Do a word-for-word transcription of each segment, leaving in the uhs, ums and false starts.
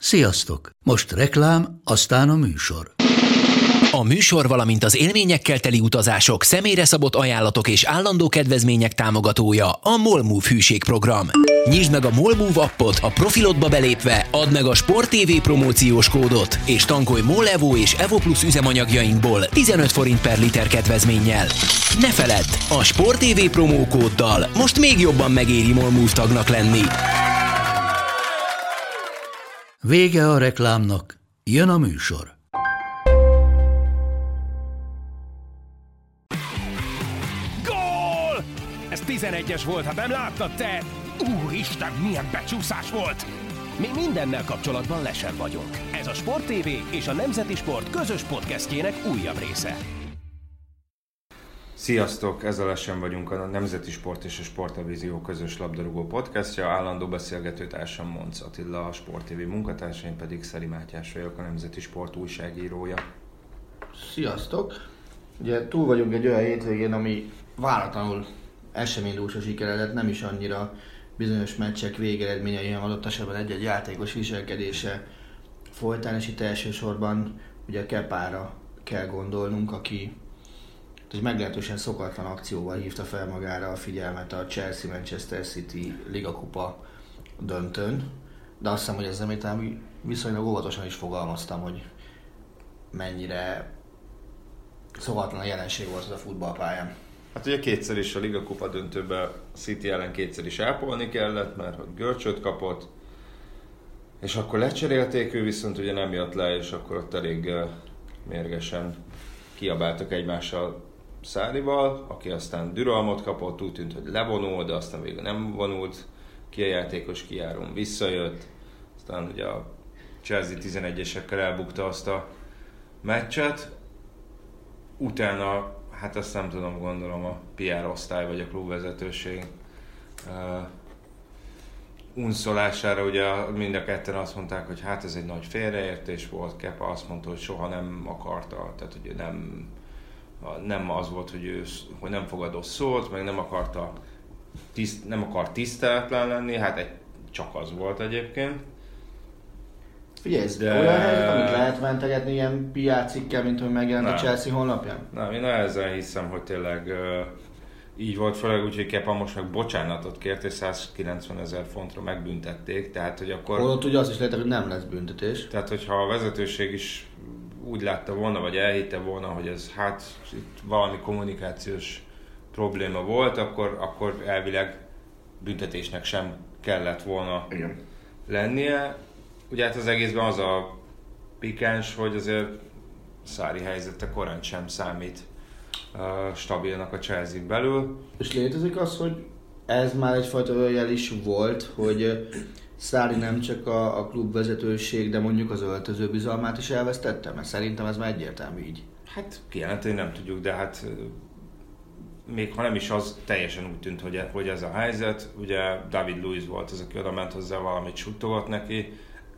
Sziasztok! Most reklám, aztán a műsor. A műsor, valamint az élményekkel teli utazások, személyre szabott ajánlatok és állandó kedvezmények támogatója a MOLMOVE hűségprogram. Nyisd meg a MOLMOVE appot, a profilodba belépve add meg a Sport té vé promóciós kódot, és tankolj MOL Evo és Evo Plus üzemanyagjainkból tizenöt forint per liter kedvezménnyel. Ne feledd, a Sport té vé promókóddal most még jobban megéri MOLMOVE tagnak lenni. Vége a reklámnak, jön a műsor. Gól! Ez tizenegyes volt, ha nem láttad te! Úristen, milyen becsúszás volt! Mi mindennel kapcsolatban lesen vagyunk. Ez a Sport té vé és a Nemzeti Sport közös podcastjének újabb része. Sziasztok! Ezzel lesen vagyunk a Nemzeti Sport és a Sporttelevízió közös labdarúgó podcastja. Állandó beszélgetőtársam Monc Attila, a Sport té vé munkatársa, én pedig Szeli Mátyás vagyok, a Nemzeti Sport újságírója. Sziasztok! Ugye túl vagyunk egy olyan hétvégén, ami váratlanul eseménydúsra sikeredett, nem is annyira bizonyos meccsek végeredményei, hanem adott esetben egy-egy játékos viselkedése folytán, és itt elsősorban ugye a Kepára kell gondolnunk, aki egy meglehetősen szokatlan akcióval hívta fel magára a figyelmet a Chelsea-Manchester City ligakupa döntőn, de azt hiszem, hogy ezzel még talán viszonylag óvatosan is fogalmaztam, hogy mennyire szokatlan a jelenség volt az a futballpályán. Hát ugye kétszer is a ligakupa döntőben a City ellen kétszer is ápolni kellett, mert hogy görcsöt kapott, és akkor lecserélték, ő viszont ugye nem jött le, és akkor ott elég uh, mérgesen kiabáltak egymással Sarrival, aki aztán düralmot kapott, úgy tűnt, hogy levonul, de aztán végül nem vonult ki a játékos, kijárón visszajött, aztán ugye a Chelsea tizenegyesekkel elbukta azt a meccset, utána, hát azt nem tudom, gondolom a pé er osztály vagy a klubvezetőség uh, unszolására, ugye mind a ketten azt mondták, hogy hát ez egy nagy félreértés volt, Kepa azt mondta, hogy soha nem akarta, tehát hogy nem, nem az volt, hogy ő hogy nem fogadó szót, meg nem akarta tiszt, nem akar tiszteletlen lenni, hát egy, csak az volt egyébként. Figyelj, ez de... olyan helyzet, amit lehet mentegetni ilyen pé er cikkel, mint hogy megjelent nem. a Chelsea honlapján? Nem, én nehezen hiszem, hogy tényleg uh, így volt, főleg úgy, hogy Kepa most meg bocsánatot kért, és százkilencvenezer fontra megbüntették, tehát hogy akkor... Holott ugye azt is lehet, hogy nem lesz büntetés. Tehát, hogyha a vezetőség is úgy látta volna, vagy elhitte volna, hogy ez hát itt valami kommunikációs probléma volt, akkor, akkor elvileg büntetésnek sem kellett volna Igen. lennie. Ugye hát az egészben az a pikáns, hogy azért Sarri helyzete korán sem számít uh, stabilnak a Chelsea-n belül. És létezik az, hogy ez már egyfajta olyan jel is volt, hogy Sarri nem csak a, a klubvezetőség, de mondjuk az öltöző bizalmát is elvesztette? Mert szerintem ez már egyértelmű így. Hát kijelenteni nem tudjuk, de hát még ha nem is az, teljesen úgy tűnt, hogy, hogy ez a helyzet. Ugye David Luiz volt az, aki oda ment hozzá, valamit suttogott neki,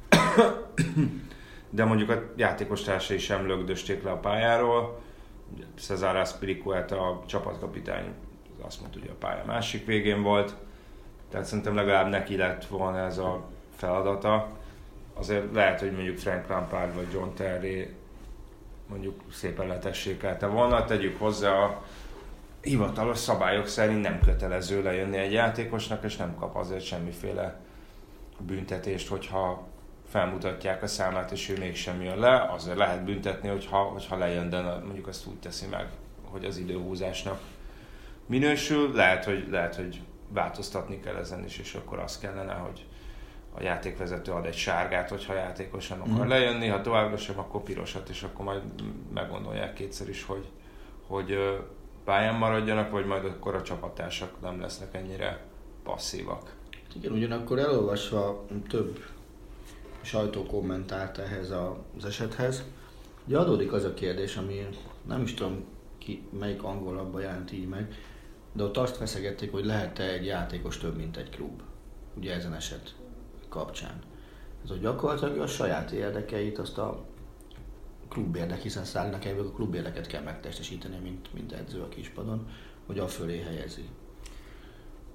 de mondjuk a játékostársai sem lögdösték le a pályáról. Cesare Azpilicueta, a csapatkapitány, azt mondta, hogy a pálya másik végén volt. Tehát szerintem legalább neki lett volna ez a feladata. Azért lehet, hogy mondjuk Frank Lampard vagy John Terry mondjuk szépen letessékelte volna. Tegyük hozzá, a hivatalos szabályok szerint nem kötelező lejönni egy játékosnak, és nem kap azért semmiféle büntetést, hogyha felmutatják a számát, és ő mégsem jön le. Azért lehet büntetni, hogyha, hogyha lejön, de mondjuk azt úgy teszi meg, hogy az időhúzásnak minősül. Lehet, hogy, lehet, hogy változtatni kell ezen is, és akkor az kellene, hogy a játékvezető ad egy sárgát, hogyha a játékos nem akar mm. lejönni, ha továbbra sem, akkor pirosat, és akkor majd meggondolják kétszer is, hogy, hogy pályán maradjanak, vagy majd akkor a csapattársak nem lesznek ennyire passzívak. Igen, ugyanakkor elolvasva több sajtókommentárt ehhez az esethez, ugye adódik az a kérdés, ami nem is tudom ki, melyik angol labban jelent így meg, de ott azt feszegették, hogy lehet-e egy játékos több, mint egy klub, ugye ezen eset kapcsán. Ez hogy gyakorlatilag a saját érdekeit, azt a klubérdek, hiszen Sarrinak ebből a klubérdeket kell megtestesíteni, mint, mint edző a kispadon, hogy a fölé helyezi.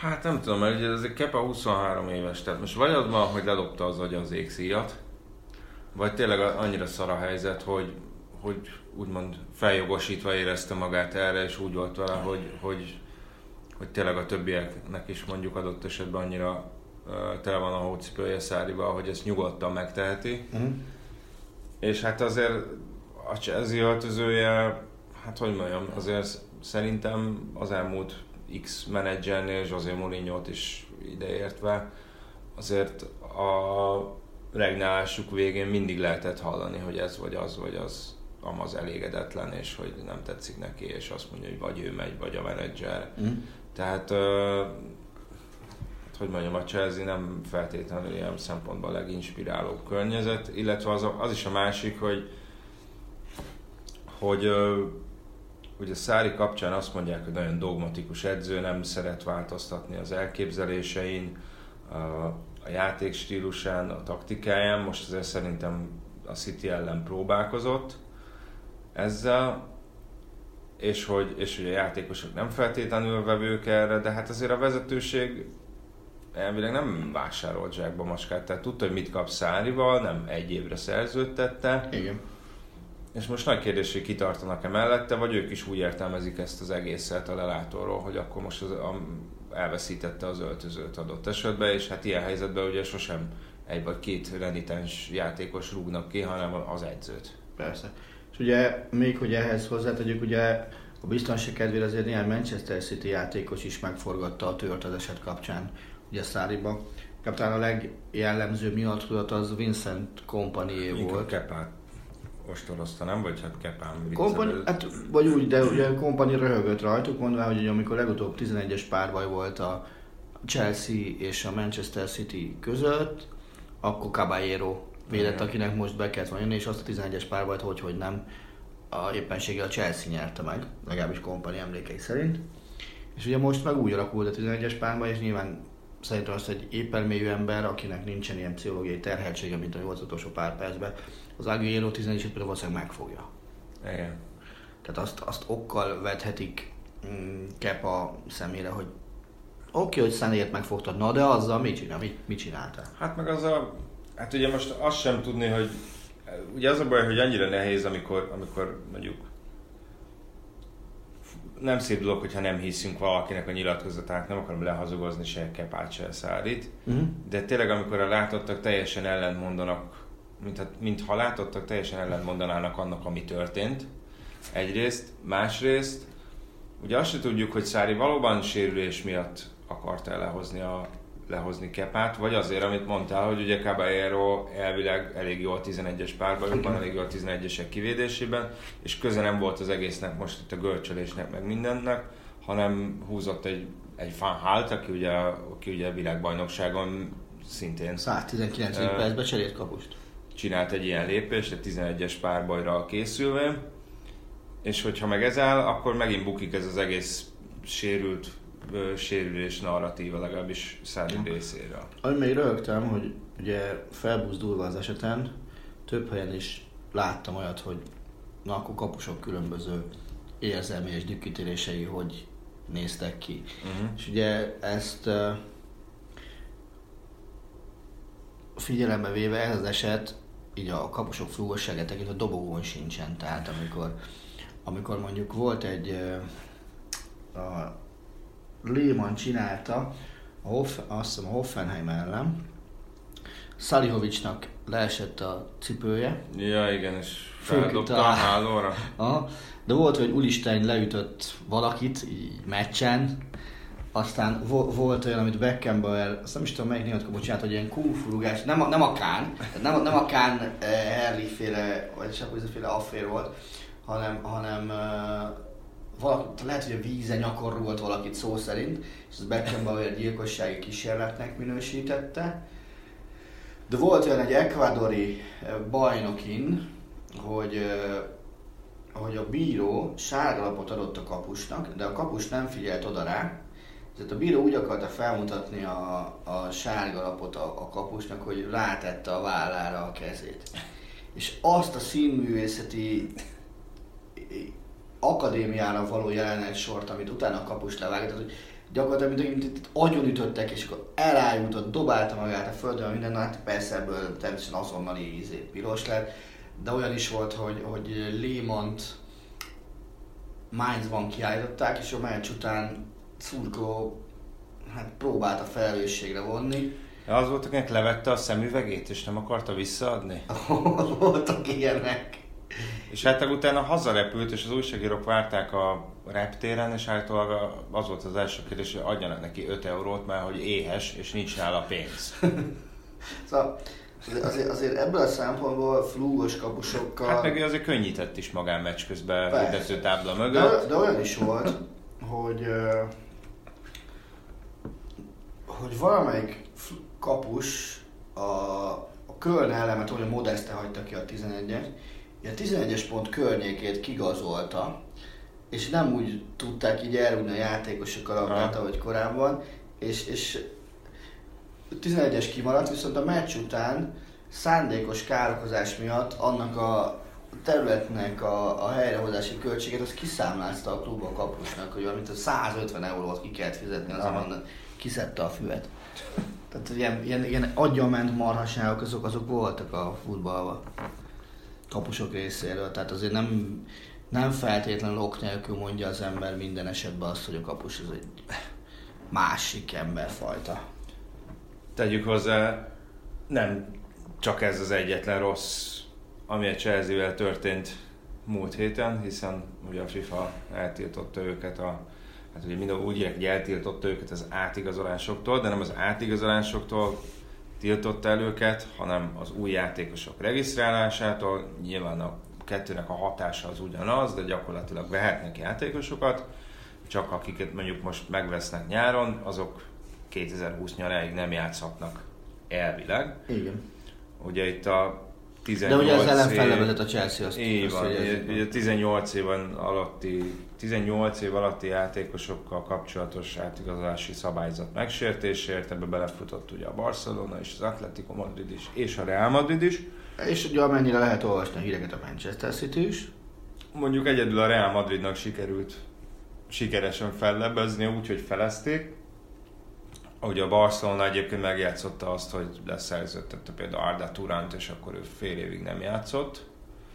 Hát nem tudom, mert ugye ez egy Kepa huszonhárom éves, tehát most vagy az van, hogy ledobta az agya az égszíjat, vagy tényleg annyira szar a helyzet, hogy, hogy úgymond feljogosítva érezte magát erre, és úgy volt vele, hogy, hogy, hogy tényleg a többieknek is mondjuk adott esetben annyira uh, tele van a hócipője Sarrival, hogy ezt nyugodtan megteheti. Uh-huh. És hát azért a Chelsea öltözője, hát hogy mondjam, azért szerintem az elmúlt X menedzsernél, José Mourinho-t is ideértve, azért a regnálásuk végén mindig lehetett hallani, hogy ez vagy az, vagy az amaz elégedetlen, és hogy nem tetszik neki, és azt mondja, hogy vagy ő megy, vagy a menedzser. Mm. Tehát, uh, hogy mondjam, a Chelsea nem feltétlenül ilyen szempontból a leginspirálóbb környezet, illetve az, az is a másik, hogy, hogy uh, ugye Sarri kapcsán azt mondják, hogy nagyon dogmatikus edző, nem szeret változtatni az elképzelésein, uh, a játékstílusán, a taktikáján. Most azért szerintem a City ellen próbálkozott ezzel, és hogy, és hogy a játékosok nem feltétlenül vevők erre, de hát azért a vezetőség elvileg nem vásárolt zsákba macskát, tehát tudta, hogy mit kap Sarrival, nem egy évre szerződtette. Igen. És most nagy kérdés, hogy kitartanak-e mellette, vagy ők is úgy értelmezik ezt az egészet a lelátóról, hogy akkor most az, a, elveszítette az öltözőt adott esetben, és hát ilyen helyzetben ugye sosem egy vagy két renitens játékos rúgnak ki, hanem az edzőt. Persze. És ugye még hogy ehhez hozzátegyük, ugye a biztonság kedvére azért néhány Manchester City játékos is megforgatta a tört az eset kapcsán, ugye Sarriba. Talán a legjellemzőbb nyilatkozat az Vincent Kompanyé volt. Kepát ostorozta, nem? Vagy hát Kepán Kompany, hát, vagy úgy, de ugye Kompany röhögött rajtuk, mondván, hogy amikor legutóbb tizenegyes párbaj volt a Chelsea és a Manchester City között, akkor Caballero védett, akinek most be kellett volna jönni, és azt a tizenegyes párbajt hogy, hogy nem a éppenséggel a Chelsea nyerte meg, legalábbis Kompany emlékei szerint. És ugye most meg úgy alakult a tizenegyes párbaj, és nyilván szerintem azt egy éppelmélyű ember, akinek nincsen ilyen pszichológiai terheltsége, mint a nyolc utolsó pár percben, az Aguero tizenegyeset például valószínűleg megfogja. Igen. Tehát azt, azt okkal vethetik mm, Kepa szemére, hogy oké, okay, hogy Sanét megfogtad, na de azzal mit csinál, mit, mit csináltál? Hát meg az a, hát ugye most azt sem tudni, hogy ugye az a baj, hogy annyira nehéz, amikor, amikor mondjuk nem szép dolog, hogyha nem hiszünk valakinek a nyilatkozatának, nem akarom lehazugozni se Kepát, se Sarrit, uh-huh. de tényleg amikor a látottak teljesen ellentmondanak, mintha, mintha látottak teljesen ellentmondanának annak, ami történt. Egyrészt, másrészt, ugye azt se tudjuk, hogy Sarri valóban sérülés miatt akarta lehozni, a, lehozni Kepát, vagy azért, amit mondtál, hogy ugye Caballero elvileg elég jó a tizenegyes párbajokban, elég jó a tizenegyesek kivédésében, és köze nem volt az egésznek most itt a görcsölésnek, meg mindennek, hanem húzott egy, egy Van Halt, aki ugye, aki ugye világbajnokságon szintén száztizenkilencedik uh, percben cserélt kapust. Csinált egy ilyen lépést, egy tizenegyes párbajra készülve, és hogyha meg ez áll, akkor megint bukik ez az egész sérült sérülés narratíva, legalábbis Sarri részéről. Ami még rögtem, hogy ugye felbuzdulva az eseten, több helyen is láttam olyat, hogy na akkor kapusok különböző érzelmi és dükkítélései hogy néztek ki. Uh-huh. És ugye ezt uh, figyelembe véve ez az eset, így a kapusok flúgosságát tekintve a dobogón sincsen. Tehát amikor, amikor mondjuk volt egy uh, a Lehmann csinálta, a Hoff, azt hiszem a Hoffenheim ellen, Salihovicnak leesett a cipője. Ja, igen, és feldobta a hálóra. Aha, de volt, hogy Ulistein leütött valakit, így meccsen, aztán vo- volt olyan, amit Beckenbauer, azt nem is tudom melyik német kapott csinált, hogy ilyen kungfu-rugás, nem a, nem a Kán, nem a, nem a Kán eh, Harry féle, vagy Sapuiza féle affér volt, hanem, hanem eh, valaki, lehet, hogy a vízen nyakon rúgott valakit szó szerint, és az Beckenbauer gyilkossági kísérletnek minősítette. De volt olyan egy ekvádori bajnokin, hogy, hogy a bíró sárgalapot adott a kapusnak, de a kapus nem figyelt oda rá. Tehát a bíró úgy akarta felmutatni a, a sárgalapot a, a kapusnak, hogy rátette a vállára a kezét. És azt a színművészeti akadémiára való jelenetsort, amit utána a kapus levágott, hogy gyakorlatilag mint, mint, mint agyonütöttek, és akkor elájult, dobálta magát a földön, minden, hát persze ebből természetesen azonnali ízé, piros lett, de olyan is volt, hogy, hogy Lehmann-t Mainzban kiállították, és a meccs után Szurko hát próbálta felelősségre vonni. Az volt, akinek levette a szemüvegét, és nem akarta visszaadni? Voltak ilyenek. És hát utána hazarepült, és az újságírók várták a reptéren, és állítólag az volt az első kérdés, hogy adjanak neki öt eurót, mert hogy éhes, és nincs nála pénz. Szóval azért, azért ebből a szempontból flúgos kapusokkal... Hát meg azért könnyített is magán meccs közben hirdető tábla mögött. De, de olyan is volt, hogy, hogy valamelyik kapus a, a Köln ellen, mert a Modeste hagyta ki a tizenegyet, a tizenegyes pont környékét kigazolta, és nem úgy tudták így elrúgni a játékosok a labdát, ahogy korábban, és, és tizenegyes kimaradt, viszont a meccs után szándékos károkozás miatt annak a területnek a, a helyrehozási költséget az kiszámlázta a klub a kapusnak, hogy valamint a százötven eurót ki kellett fizetni, azért onnan kiszedte a füvet. Tehát ilyen, ilyen, ilyen aggyalment marhaságok azok, azok voltak a futballban kapusok részéről, tehát azért nem, nem feltétlenül ok nélkül mondja az ember minden esetben azt, hogy a kapus az egy másik emberfajta. Tegyük hozzá, nem csak ez az egyetlen rossz, ami a Chelsea-vel történt múlt héten, hiszen ugye a FIFA eltiltotta őket, a, hát ugye minden úgy írják, hogy eltiltotta őket az átigazolásoktól, de nem az átigazolásoktól tiltotta el őket, hanem az új játékosok regisztrálásától. Nyilván a kettőnek a hatása az ugyanaz, de gyakorlatilag vehetnek játékosokat, csak akiket mondjuk most megvesznek nyáron, azok kétezer-húsz nyaráig nem játszhatnak elvileg. Igen. Ugye itt a tizennyolc de ugye ez ellen év... fellevezett a Chelsea azt. Így van, azt, ugye, ugye tizennyolc éven alatti, tizennyolc év alatti játékosokkal kapcsolatos átigazolási szabályzat megsértésért, ebbe belefutott ugye a Barcelona és az Atletico Madrid is, és a Real Madrid is. És ugye amennyire lehet olvasni a híreket, a Manchester City is. Mondjuk egyedül a Real Madridnak sikerült sikeresen fellebbezni, úgyhogy felezték. Ugye a Barcelona egyébként megjátszotta azt, hogy leszerződtette például Arda Turant, és akkor ő fél évig nem játszott.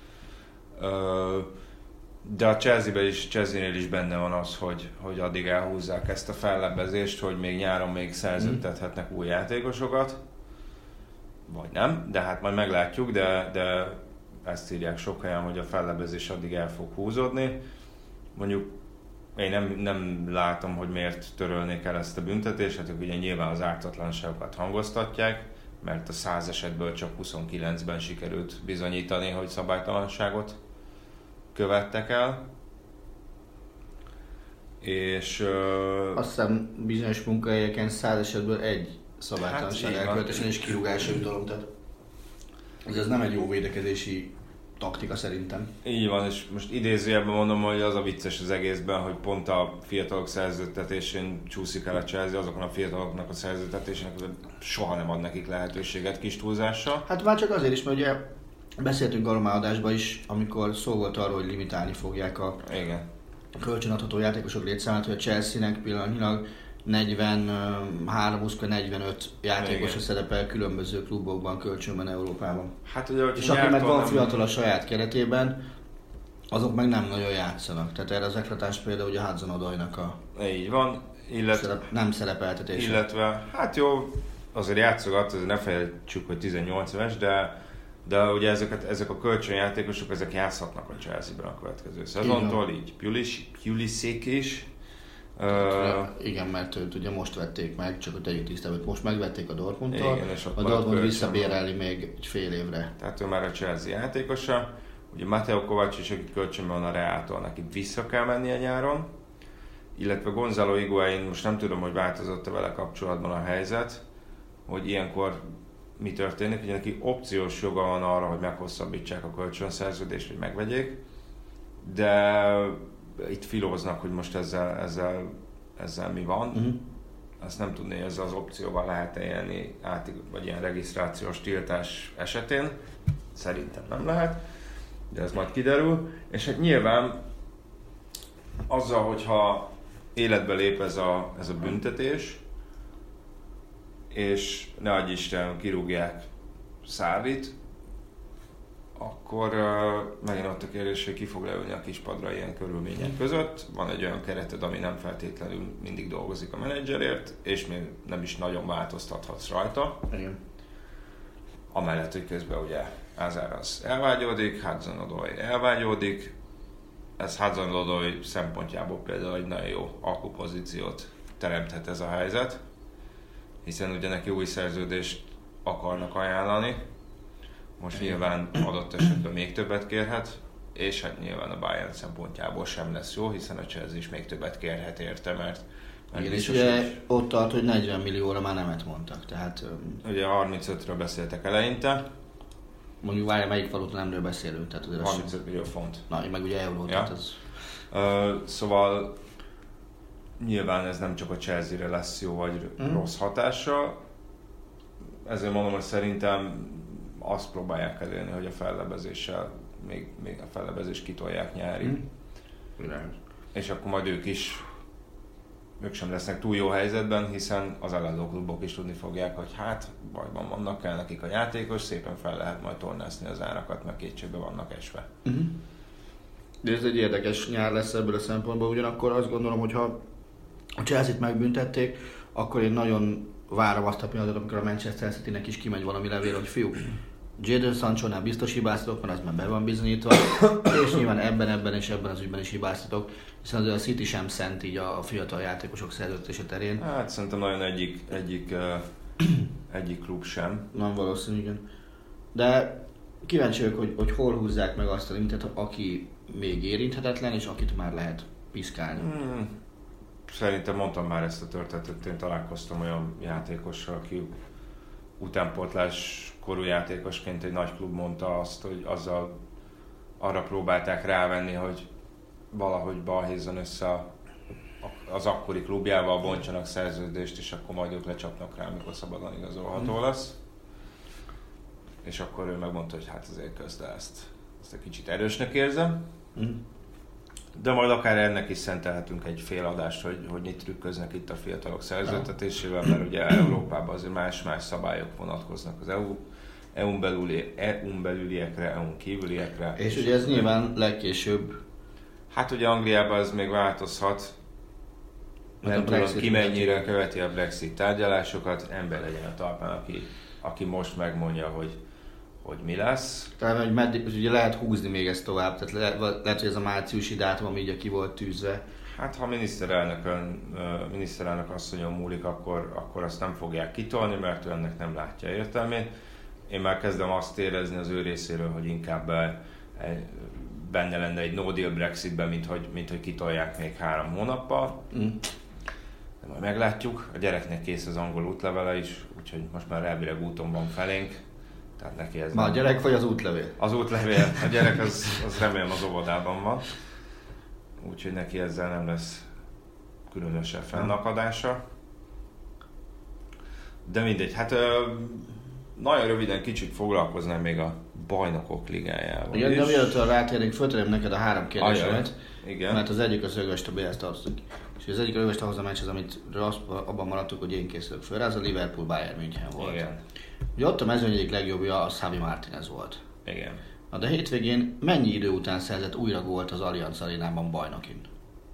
De a Chelsea-ben is, Chelsea-nél is benne van az, hogy, hogy addig elhúzzák ezt a fellebbezést, hogy még nyáron még szerződtethetnek új játékosokat. Vagy nem, de hát majd meglátjuk, de, de ezt írják sok helyen, hogy a fellebbezés addig el fog húzódni. Mondjuk én nem, nem látom, hogy miért törölnék el ezt a büntetést, hát ugye nyilván az ártatlanságokat hangoztatják, mert a száz esetből csak huszonkilencben sikerült bizonyítani, hogy szabálytalanságot követtek el. És... Uh, Azt hiszem bizonyos munkahelyeken száz esetből egy szabálytalanság hát, elkövetésen és kirúgásra jutalom, tehát ez nem egy jó védekezési taktika szerintem. Így van, és most idézőjelben mondom, hogy az a vicces az egészben, hogy pont a fiatalok szerződtetésén csúszik el a Chelsea, azokon a fiataloknak a szerződtetésének soha nem ad nekik lehetőséget kis túlzással. Hát már csak azért is, mert ugye beszéltünk galomádásban is, amikor szó volt arról, hogy limitálni fogják a Igen. kölcsönadható játékosok létszámát, hogy a Chelsea-nek pillanatnyilag negyvenhárom negyvenöt játékosa szerepel különböző klubokban, kölcsönben Európában. Hát ugye, és aki meg van fiatal a saját keretében, azok meg nem nagyon játszanak. Tehát erre az eklatás például ugye Hudson-Odoi-nak a így van, illetve, szerep, nem szerepeltetése. Illetve, hát jó, azért játszogat, azért ne felejtsük, hogy tizennyolc éves, de, de ugye ezeket, ezek a kölcsönjátékosok, ezek játszhatnak a Chelsea-ben a következő szezontól, így Pulisic is. Uh, igen, mert őt ugye most vették meg, csak hogy tegyük tisztába, hogy most megvették a Dortmundtól, a Dortmund visszabérelni még egy fél évre. Tehát ő már a Chelsea játékosa. Ugye Mateo Kovacs is, aki kölcsönben van a Reáltól, neki vissza kell mennie nyáron. Illetve Gonzalo Higuaín, most nem tudom, hogy változott-e vele kapcsolatban a helyzet, hogy ilyenkor mi történik, hogy neki opciós joga van arra, hogy meghosszabbítsák a kölcsönszerződést, hogy megvegyék, de itt filóznak, hogy most ezzel, ezzel, ezzel mi van. Uh-huh. Azt nem tudni, hogy ezzel az opcióval lehet-e élni át, vagy ilyen regisztrációs tiltás esetén. Szerintem nem lehet, de ez majd kiderül. És hát nyilván azzal, hogyha életbe lép ez a, ez a büntetés, és ne adj Isten, kirúgják Sarrit, akkor uh, megint ott a kérdés, hogy ki fog leülni a kispadra ilyen körülmények között. Van egy olyan kereted, ami nem feltétlenül mindig dolgozik a menedzserért, és még nem is nagyon változtathatsz rajta. Igen. Amellett, hogy közben ugye Hazard az elvágyódik, Hudson-Odoi elvágyódik. Ez Hudson-Odoi szempontjából például egy nagyon jó alkupozíciót teremthet ez a helyzet, hiszen ugye neki új szerződést akarnak ajánlani. Most nyilván adott esetben még többet kérhet, és hát nyilván a Bayern szempontjából sem lesz jó, hiszen a Chelsea is még többet kérhet érte, mert... mert igen, és ugye hogy... ott tart, hogy negyven millióra már nemet mondtak, tehát... Ugye harmincötről beszéltek eleinte. Mondjuk várja, melyik valóta nemről beszélünk, tehát... harmincöt millió font. Na, meg ugye euró, ja. Tehát az... Uh, szóval nyilván ez nem csak a Chelsea-re lesz jó vagy mm. rossz hatása. Ezért mondom, hogy szerintem azt próbálják elérni, hogy a fellebezéssel még, még a fellebezést kitolják nyárig. Mm. És akkor majd ők is, ők sem lesznek túl jó helyzetben, hiszen az eladó klubok is tudni fogják, hogy hát bajban vannak, kell nekik a játékos, szépen fel lehet majd tornászni az árakat, mert kétségbe vannak esve. Mm-hmm. De ez egy érdekes nyár lesz ebből a szempontból, ugyanakkor azt gondolom, hogy ha a Chelsea-t megbüntették, akkor én nagyon várom azt a pillanatot, amikor a Manchester City-nek is kimegy valami levél, hogy fiúk, Jadon Sancho-nál biztos hibáztatok, mert az már be van bizonyítva, és nyilván ebben, ebben és ebben az ügyben is hibáztatok, hiszen az a City sem szent így a fiatal játékosok szerződése terén. Hát szerintem nagyon egyik, egyik, uh, egyik klub sem. Nem valószínű, igen. De kíváncsi vagyok, hogy, hogy hol húzzák meg azt a limitet, aki még érinthetetlen, és akit már lehet piszkálni. Hmm. Szerintem mondtam már ezt a történetet, én találkoztam olyan játékossal, aki utánpótlás korú játékosként egy nagy klub mondta azt, hogy azzal arra próbálták rávenni, hogy valahogy balhézzon össze a, az akkori klubjával, bontsanak szerződést, és akkor majd ők lecsapnak rá, amikor szabadon igazolható lesz. És akkor ő megmondta, hogy hát azért közben ezt, ezt egy kicsit erősnek érzem. Mm. De majd akár ennek is szentelhetünk egy fél adást, hogy, hogy mit trükköznek itt a fiatalok szerződtetésével, mert ugye Európában azért más-más szabályok vonatkoznak az é u, é u-n belüli, é u-n belüliekre, é u-n kívüliekre. És, és ugye ez nyilván legkésőbb. Hát ugye Angliában ez még változhat. Nem tudom, ki mennyire követi a Brexit tárgyalásokat, ember legyen a talpán, aki, aki most megmondja, hogy hogy mi lesz. Tehát, hogy meddig, ugye lehet húzni még ezt tovább, tehát le, lehet, hogy ez a márciusi dátum, ami így ki volt tűzve. Hát ha a miniszterelnökön, miniszterelnök asszonyon múlik, akkor, akkor azt nem fogják kitolni, mert ő ennek nem látja értelmét. Én már kezdem azt érezni az ő részéről, hogy inkább benne lenne egy no deal Brexitben, mint hogy, mint hogy kitolják még három hónappal. Mm. De majd meglátjuk. A gyereknek kész az angol útlevele is, úgyhogy most már elvileg úton van felénk. Tehát neki ez Ma a gyerek vagy az útlevél? Az útlevél. A gyerek az, az remélem az óvodában van. Úgyhogy neki ezzel nem lesz különösebb fennakadása. De mindegy, hát ö, nagyon röviden kicsit foglalkoznám még a Bajnokok Ligájával. Igen, de mielőtt rátérnénk, föltenném neked a három kérdésemet. Igen. Mert az egyik a Szögvest a bé es tartozik. És az egyik a Szögvest ahhoz a meccshez, amit abban maradtuk, hogy én készülök föl. Ez a Liverpool Bayern München volt. Igen. Ugye ott a mezőny egyik legjobbja a Xavi Martinez volt. Igen. Na de hétvégén mennyi idő után szerzett újra gólt az Allianz Arénában bajnokin?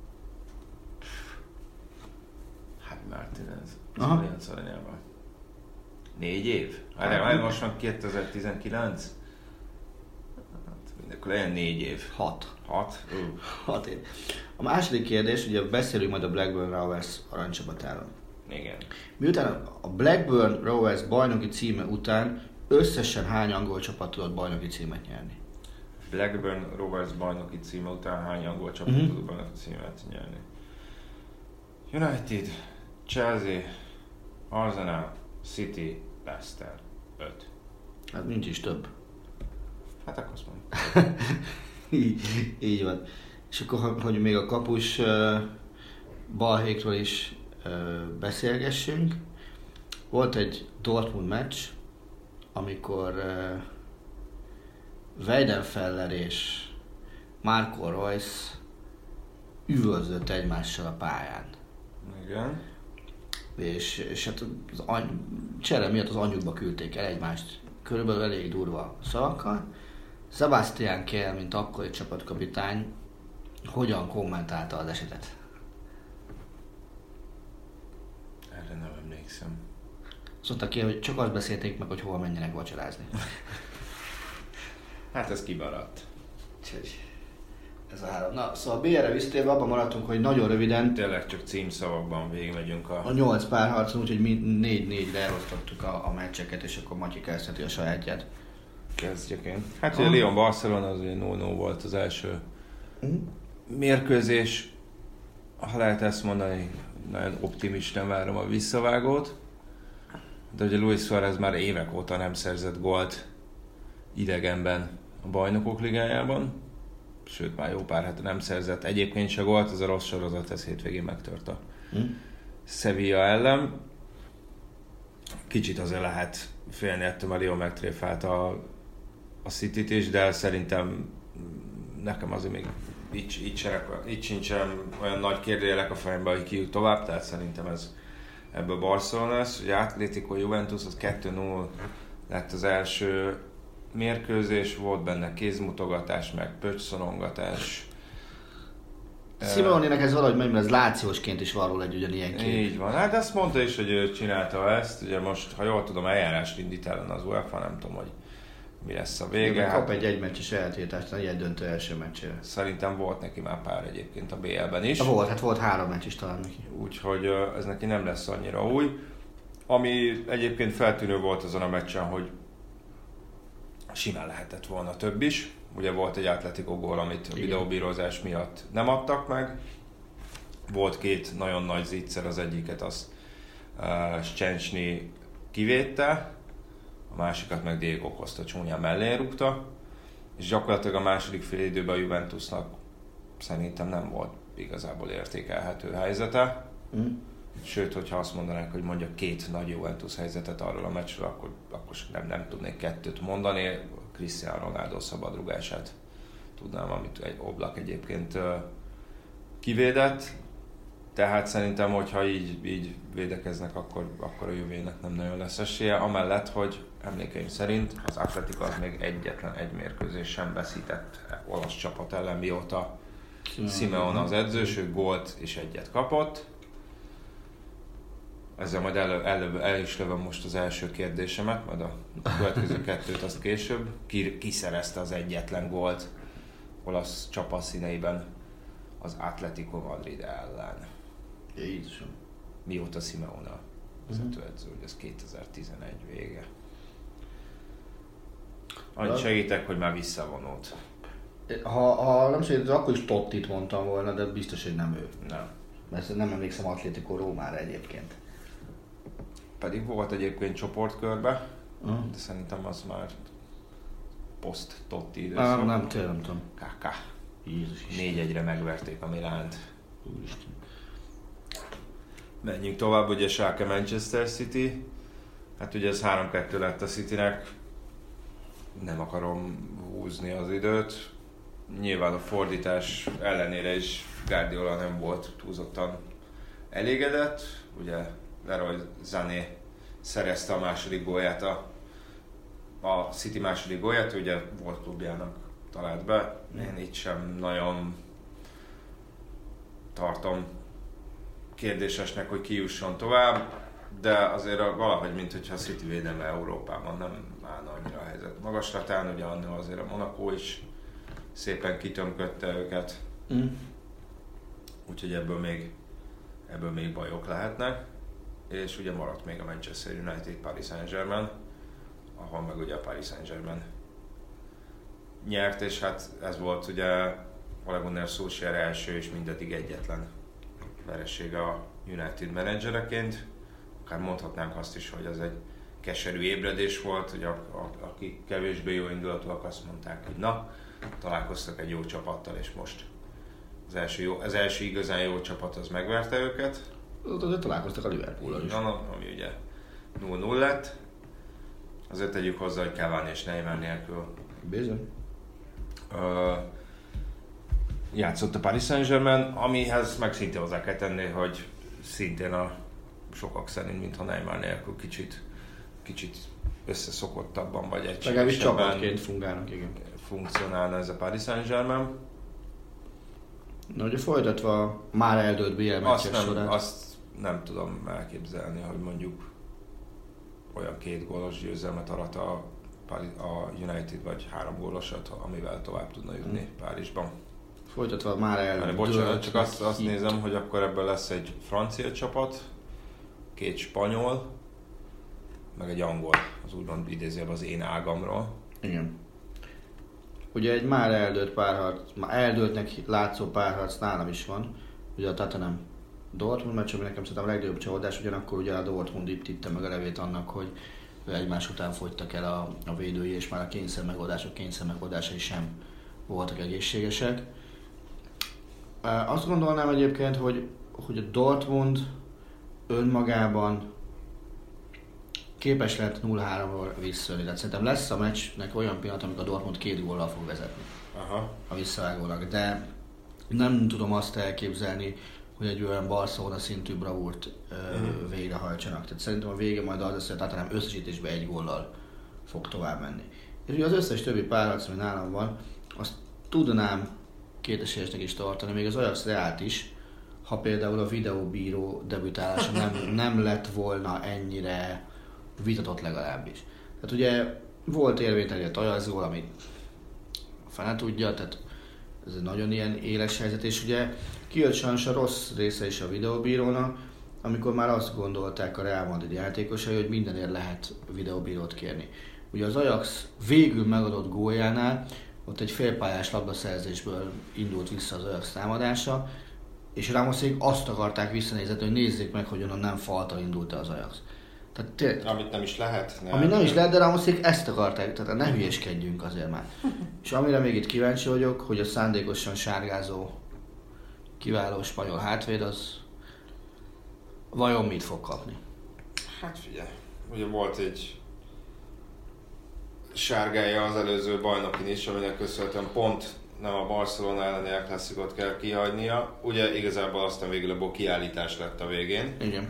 Hát Martinez az Allianz Arénában. Négy év? Hát most van kétezer-tizenkilenc? Hát, akkor legyen négy év. Hat. Hat? Uh. Hat év. A második kérdés, ugye beszélünk majd a Blackburn Rovers aranycsapatáról. Igen. Miután a Blackburn Rovers bajnoki címe után összesen hány angol csapat tudott bajnoki címet nyerni? Blackburn Rovers bajnoki címe után hány angol csapat mm-hmm. tudott bajnoki címet nyerni? United, Chelsea, Arsenal, City, Leicester. Öt. Hát nincs is több. Hát akkor azt mondom. így, így van. És akkor, hogy még a kapus uh, balhékról is beszélgessünk. Volt egy Dortmund meccs, amikor uh, Weidenfeller és Marco Reus üvölzött egymással a pályán. Igen. És, és hát az any, csere miatt az anyjukba küldték el egymást körülbelül elég durva szavakkal. Sebastian Kell, mint akkori csapatkapitány, hogyan kommentálta az esetet? Erre nem emlékszem. Azt mondta ki, hogy csak azt beszélték meg, hogy hol menjenek vacsorázni. Hát ez kimaradt. Ez a három. Na, szóval bé er-re visszatérve abban maradtunk, hogy nagyon röviden Tényleg csak címszavakban végigmegyünk a... a nyolc párharcon, úgyhogy mi négy-négyre elosztottuk a, a meccseket, és akkor Matyi kezdheti a sajátját. Kezdjek én. Hát ugye Lyon-Barcelona az ugye null null volt az első uh-huh. mérkőzés. Ha lehet ezt mondani, nagyon optimisten várom a visszavágót. De ugye Luis Suárez már évek óta nem szerzett gólt idegenben a Bajnokok Ligájában. Sőt, már jó pár hete nem szerzett. Egyébként se gólt, ez a rossz sorozat, ez hétvégén megtört a hmm. Sevilla ellen. Kicsit azért lehet félni ettől, a Lyon megtréfált a, a Cityt is, de szerintem nekem azért még így, így, serek, így sincsen olyan nagy kérdőjelek a fejemben, hogy ki jut tovább, tehát szerintem ez ebből Barcelona lesz. Ugye Atlético Juventus az kettő null lett az első mérkőzés, volt benne kézmutogatás, meg pöccszorongatás. Simeone-nek ez valahogy megy, mert ez lációsként is van róla egy ugyanilyen kép. Így van, hát azt mondta is, hogy ő csinálta ezt, ugye most, ha jól tudom, eljárást indít ellen az UEFA, nem tudom, hogy mi lesz a vége. Igen, kap egy egymeccses eltiltást, egy döntő első meccsére. Szerintem volt neki már pár egyébként a bé el-ben is. Volt, hát volt három meccs is talán neki. Úgyhogy ez neki nem lesz annyira új. Ami egyébként feltűnő volt azon a meccsen, hogy simán lehetett volna több is. Ugye volt egy Atletico gól, amit a videóbírozás miatt nem adtak meg. Volt két nagyon nagy zicser, az egyiket az uh, Szczęsny kivédte, a másikat meg Diego Costa csúnyán mellé rúgta, és gyakorlatilag a második fél időben a Juventusnak szerintem nem volt igazából értékelhető helyzete. Mm. Sőt, hogyha azt mondanák, hogy mondjak két nagy Juventus helyzetet arról a meccsről, akkor, akkor nem, nem tudnék kettőt mondani. Cristiano Ronaldo szabadrugását tudnám, amit egy Oblak egyébként kivédett. Tehát szerintem, hogyha így, így védekeznek, akkor, akkor a Juvének nem nagyon lesz esélye. Amellett, hogy emlékeim szerint az Atletico az még egyetlen egy mérkőzés sem veszített olasz csapat ellen, mióta Simeone az edző, ő gólt és egyet kapott. Ezzel majd elő, elő, el is lövöm most az első kérdésemet, majd a következő kettőt azt később. Ki, ki szerezte az egyetlen gólt olasz csapat színeiben az Atletico Madrid ellen? Jézusom. Mióta Simeone a vezetőedző, hogy ez kétezer-tizenegy vége. Annyit segítek, hogy már visszavonult. Ha, ha nem segítek, akkor is Tottit mondtam volna, de biztos, hogy nem ő. Nem. Mert nem emlékszem Atlético Rómára egyébként. Pedig volt egyébként csoportkörbe, uh-huh. de szerintem az már post-Totti időszak. Nem, nem, tényleg nem tudom. ká ká. Jézus Isten. négy egyre megverték a Milánt. Úristen. Menjünk tovább, ugye Schalke Manchester City. Hát ugye ez három kettő lett a Citynek. Nem akarom húzni az időt. Nyilván a fordítás ellenére is Guardiola nem volt túlzottan elégedett. Ugye Leroy Sané szerezte a második gólját, a, a City második gólját, ugye volt klubjának talált be. Én itt sem nagyon tartom kérdésesnek, hogy ki jusson tovább, de azért valahogy, mintha a City védelme Európában nem állna annyira a helyzet magaslatán, ugye annól azért a Monaco is szépen kitömködte őket, mm. úgyhogy ebből még, ebből még bajok lehetnek, és ugye maradt még a Manchester United Paris Saint-Germain, ahol meg ugye a Paris Saint-Germain nyert, és hát ez volt ugye Ole Gunnar Solskjaer első és mindeddig egyetlen veresége a United menedzsereként. Akár mondhatnánk azt is, hogy ez egy keserű ébredés volt, hogy a, a, akik kevésbé jó indulatúak azt mondták, hogy na, találkoztak egy jó csapattal, és most az első, jó, az első igazán jó csapat az megverte őket. Azért találkoztak a Liverpool-al is. Na, ami ugye null null lett. Azért tegyük hozzá, hogy Cavani és Neymar nélkül. Bizony. Uh, játszott a Paris Saint-Germain, amihez meg szintén hozzá kell tenni, hogy szintén a sokak szerint, mintha Neymar nélkül kicsit, kicsit összeszokottabban vagy egységesebben. Legalábbis csapatként fungálnak, igen. Funkcionálna ez a Paris Saint-Germain. Na ugye folytatva már eldőlt bé el meccses sorát. Azt nem tudom elképzelni, hogy mondjuk olyan két gólos győzelmet arat a, a United, vagy három gólosat, amivel tovább tudna jutni hmm. Párizsban. Folytatva már eldőlt. Bocsánat, csak azt, azt nézem, hogy akkor ebből lesz egy francia csapat, két spanyol, meg egy angol, az úgymond idézőbb az én ágamról. Igen. Ugye egy már eldőlt párharc, már eldőltnek látszó párharc nálam is van. Ugye a Tottenham Dortmund meccs, ami nekem szerintem a legnagyobb csalódás, ugyanakkor ugye a Dortmund itt itte meg a levét annak, hogy egymás után fogytak el a, a védői, és már a kényszer megoldások, kényszer megoldásai sem voltak egészségesek. Azt gondolnám egyébként, hogy, hogy a Dortmund önmagában képes lehet nulla háromról visszajönni. Tehát szerintem lesz a meccsnek olyan pillanat, amikor a Dortmund két góllal fog vezetni. Aha. A visszavágónak. De nem tudom azt elképzelni, hogy egy olyan Barcelona szintű bravúrt uh-huh. végrehajtsanak. Tehát szerintem a vége majd az lesz, hogy a Tottenham összesítésben egy góllal fog tovább menni. És ugye az összes többi párharc, ami nálam van, azt tudnám kétesélyesnek is tartani, még az Ajax Reált is, ha például a videóbíró debütálása nem, nem lett volna ennyire vitatott legalábbis. Tehát ugye volt érvénytelített Ajaxról, amit fene tudja, tehát ez egy nagyon ilyen éles helyzet, és ugye kijött sajnos a rossz része is a videóbírónak, amikor már azt gondolták a Real Madrid játékosai, hogy mindenért lehet videóbírót kérni. Ugye az Ajax végül megadott góljánál, ott egy félpályás labdaszerzésből indult vissza az Ajax támadása, és Ramosék azt akarták visszanézni, hogy nézzék meg, hogy onnan nem faltal indult az Ajax. Tehát tényleg, amit nem is lehet. Ne ami nem is lehet, de Ramosék ezt akarták, tehát ne hülyéskedjünk azért már. És amire még itt kíváncsi vagyok, hogy a szándékosan sárgázó kiváló spanyol hátvéd, az vajon mit fog kapni? Hát figyelj, ugye volt egy sárgája az előző bajnokin is, aminek köszönhetően pont nem a Barcelona elleni El Clasicot kell kihagynia. Ugye igazából aztán végül abból kiállítás lett a végén. Igen.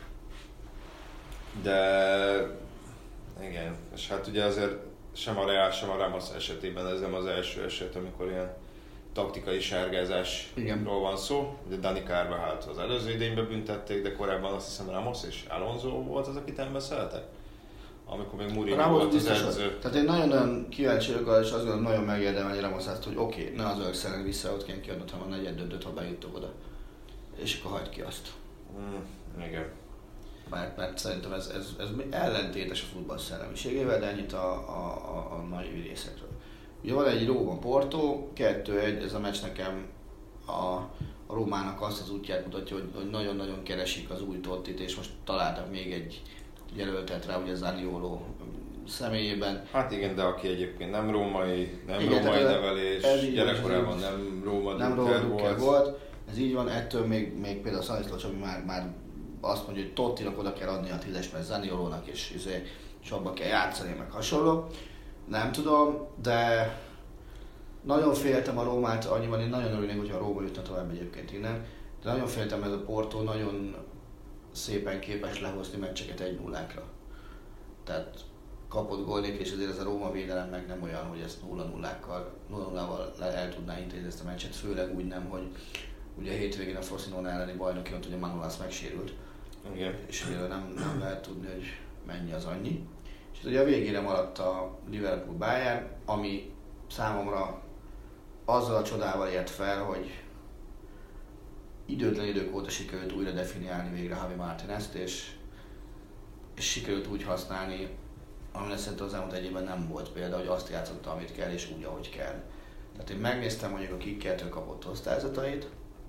De igen, és hát ugye azért sem a Real, sem a Ramos esetében ez nem az első eset, amikor ilyen taktikai sárgázásról van szó. Ugye Dani Carvajalt az előző idényben büntették, de korábban azt hiszem Ramos és Alonso volt az, akit elbeszéltek? Amikor még Mourinho volt az edző. Tehát én nagyon-nagyon kíváncsi vagyok, és azt gondolom, nagyon megérdemeli Ramos azt, hogy oké, okay, ne az Ajax ellen vissza ott kéne kiadnod, hanem a negyed döntőt, ha bejuttok oda. És akkor hagyd ki azt. Mm, igen. Mert, mert szerintem ez, ez, ez ellentétes a futball szellemiségével, de ennyit a, a, a, a nagy részekről. Ugye van egy Róma Porto, kettő egy, ez a meccs nekem a, a Rómának azt az útját mutatja, hogy, hogy nagyon-nagyon keresik az új Tottit, és most találtak még egy jelöltet rá, ugye Zanioló személyében. Hát igen, de aki egyébként nem római, nem igen, római nevelés, gyerekkorában nem Róma nem Róma volt. volt. Ez így van, ettől még, még például Szaniszló Csabi már, már azt mondja, hogy Tottinak oda kell adni a tízes, mert Zaniolónak és, és abba kell játszani, meg hasonló. Nem tudom, de nagyon féltem a Rómát, annyiban én nagyon örülnék, hogyha a Róma jutna tovább egyébként innen, de nagyon féltem, mert a Porto nagyon szépen képes lehozni meccseket egy nullákra. Tehát kapott gólnék, és azért ez a Róma védelem meg nem olyan, hogy ezt nulla nullákkal, nulla nullával el tudná intézni ezt a meccset, főleg úgy nem, hogy ugye a hétvégén a Frosinone elleni bajnoki, ott ugye Manolas megsérült. Igen. És nem, nem lehet tudni, hogy mennyi az annyi. És ugye a végére maradt a Liverpool Bayern, ami számomra azzal a csodával ért fel, hogy időtlen idők óta sikerült újra definiálni végre Javi Martinezt, és, és sikerült úgy használni, amire szerintem az elmúlt egy évben nem volt példa, hogy azt játszotta, amit kell, és úgy, ahogy kell. Tehát én megnéztem mondjuk a kikkeltől kapott osztályzatait.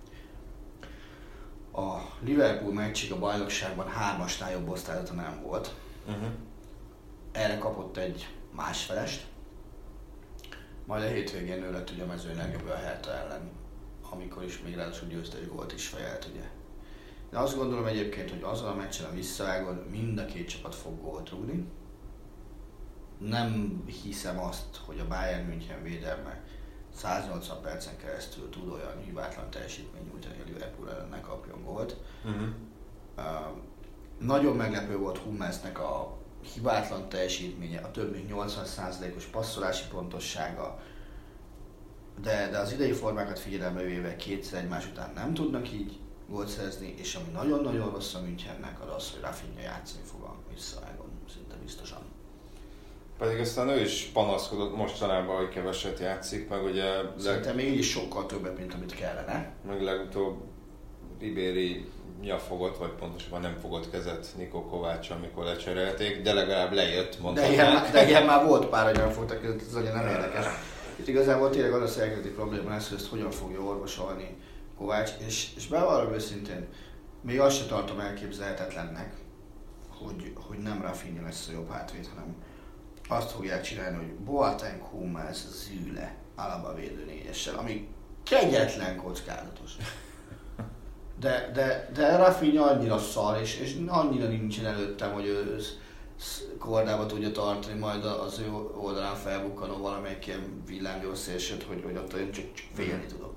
A Liverpool meccsig a bajnokságban hármasnál jobb osztályzata nem volt. Uh-huh. Erre kapott egy másfelest. Majd a hétvégén ő lett ugye a mezőny legjobb a Hertha ellen, amikor is még ráadásul győztes gólt is fejelt, ugye. De azt gondolom egyébként, hogy azon a meccsen a visszavágon mind a két csapat fog gólt rúgni. Nem hiszem azt, hogy a Bayern München védelme száznyolcvan percen keresztül tud olyan hibátlan teljesítmény nyújtani, a Liverpool ellen ne kapjon gólt. Uh-huh. Uh, nagyon meglepő volt Hummelsnek a hibátlan teljesítménye, a több mint nyolcvan százalékos passzolási pontossága, de, de az idei formákat figyelembe véve kétszer egymás után nem tudnak így gólt szerezni, és ami nagyon-nagyon rossz a Münchennek az az, hogy Rafinha játszani fog a visszaágon, szinte biztosan. Pedig aztán ő is panaszkodott mostanában, hogy keveset játszik, meg ugye... Szerintem leg... még is sokkal többet, mint amit kellene. Meg legutóbb Ribéry nyafogott, vagy pontosabban nem fogott kezet Niko Kováccsal, amikor lecserélték, de legalább lejött, mondhatnák. De ilyen, de ilyen már volt pár, hogy nem fogtak kezet, ez nagyon nem érdekes. Itt igazából tényleg az a szerkezeti probléma lesz, hogy ezt hogyan fogja orvosolni Kovács, és, és bevallom őszintén, még azt se tartom elképzelhetetlennek, hogy, hogy nem Rafinha lesz a jobb hátvéd, hanem azt fogják csinálni, hogy Boateng, Hummels, Züle, Alaba védő négyessel, ami kegyetlen kockázatos. De, de, de Rafinha annyira szar, és, és annyira nincsen előttem, hogy ő kordába tudja tartani, majd az ő oldalán felbukkanó valamelyik ilyen villámgyors szélsőt, hogy, hogy ott én csak, csak félni tudok.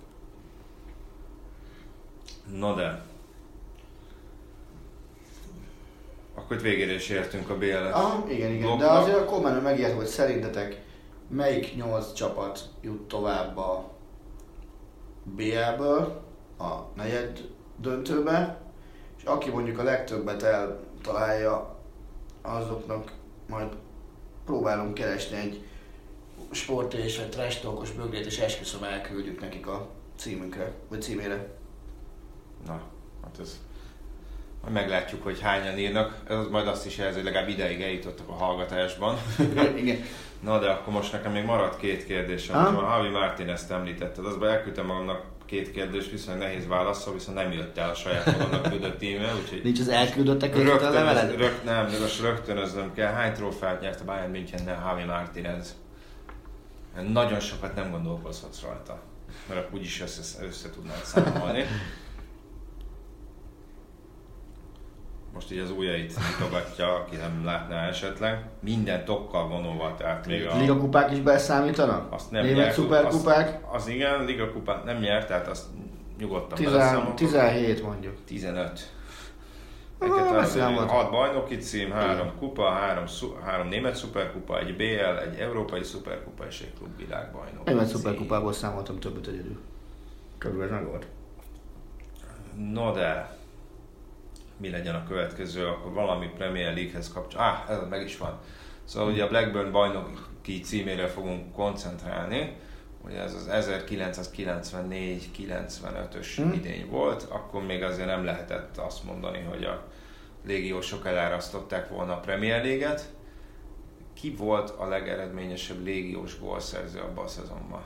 No de. Akkor itt végére is értünk a bé el es. Ah, igen, igen. Blokknak. De azért a kommentben megértem, hogy szerintetek melyik nyolc csapat jut tovább a bé el-ből a negyed döntőbe, és aki mondjuk a legtöbbet eltalálja, azoknak majd próbálunk keresni egy sport és egy trash talkos bögrét, és esküszöm elküldjük nekik a címünkre, vagy címére. Na, hát ez... Majd meglátjuk, hogy hányan írnak. Ez majd azt is jelzi, hogy legalább ideig eljutottak a hallgatásban. Igen. Na de akkor most nekem még maradt két kérdésem. Most már Javi Martínez-t említetted, azban elküldtem magamnak két kérdést, viszonylag nehéz válaszol, viszont nem jött el a saját magamnak küldött e-mail, úgyhogy... Nincs az elküldöttek között a leveled? Rögt, nem, de most rögtönöznöm kell. Hány trófeát nyert a Bayern Münchennel Javi Martínez? Nagyon sokat nem gondolkozhatsz rajta, mert akkor úgyis össze, össze tudnád számolni. Most így az ujjait nyitogatja, aki nem látná esetleg. Minden tokkal vonulva, tehát még a... Ligakupák is beszámítanak? Azt nem Német nyert, szuperkupák? Az, az igen, ligakupát nem nyert, tehát azt nyugodtan beleszámolok. tizenhét mondjuk. tizenöt. Ah, hat bajnoki cím, három kupa, három, három német szuperkupa, egy bé el, egy európai szuperkupa és egy klubvilágbajnok. Német szuperkupából számoltam többet egyedül. Körülbelül meg volt. No de... mi legyen a következő, akkor valami Premier League-hez kapcsolatban. Ah, ez meg is van. Szóval ugye a Blackburn bajnoki címére fogunk koncentrálni. Ugye ez az ezerkilencszázkilencvennégy kilencvenötös hmm. idény volt, akkor még azért nem lehetett azt mondani, hogy a légiósok elárasztották volna a Premier League-et. Ki volt a legeredményesebb légiós gólszerző abban a szezonban?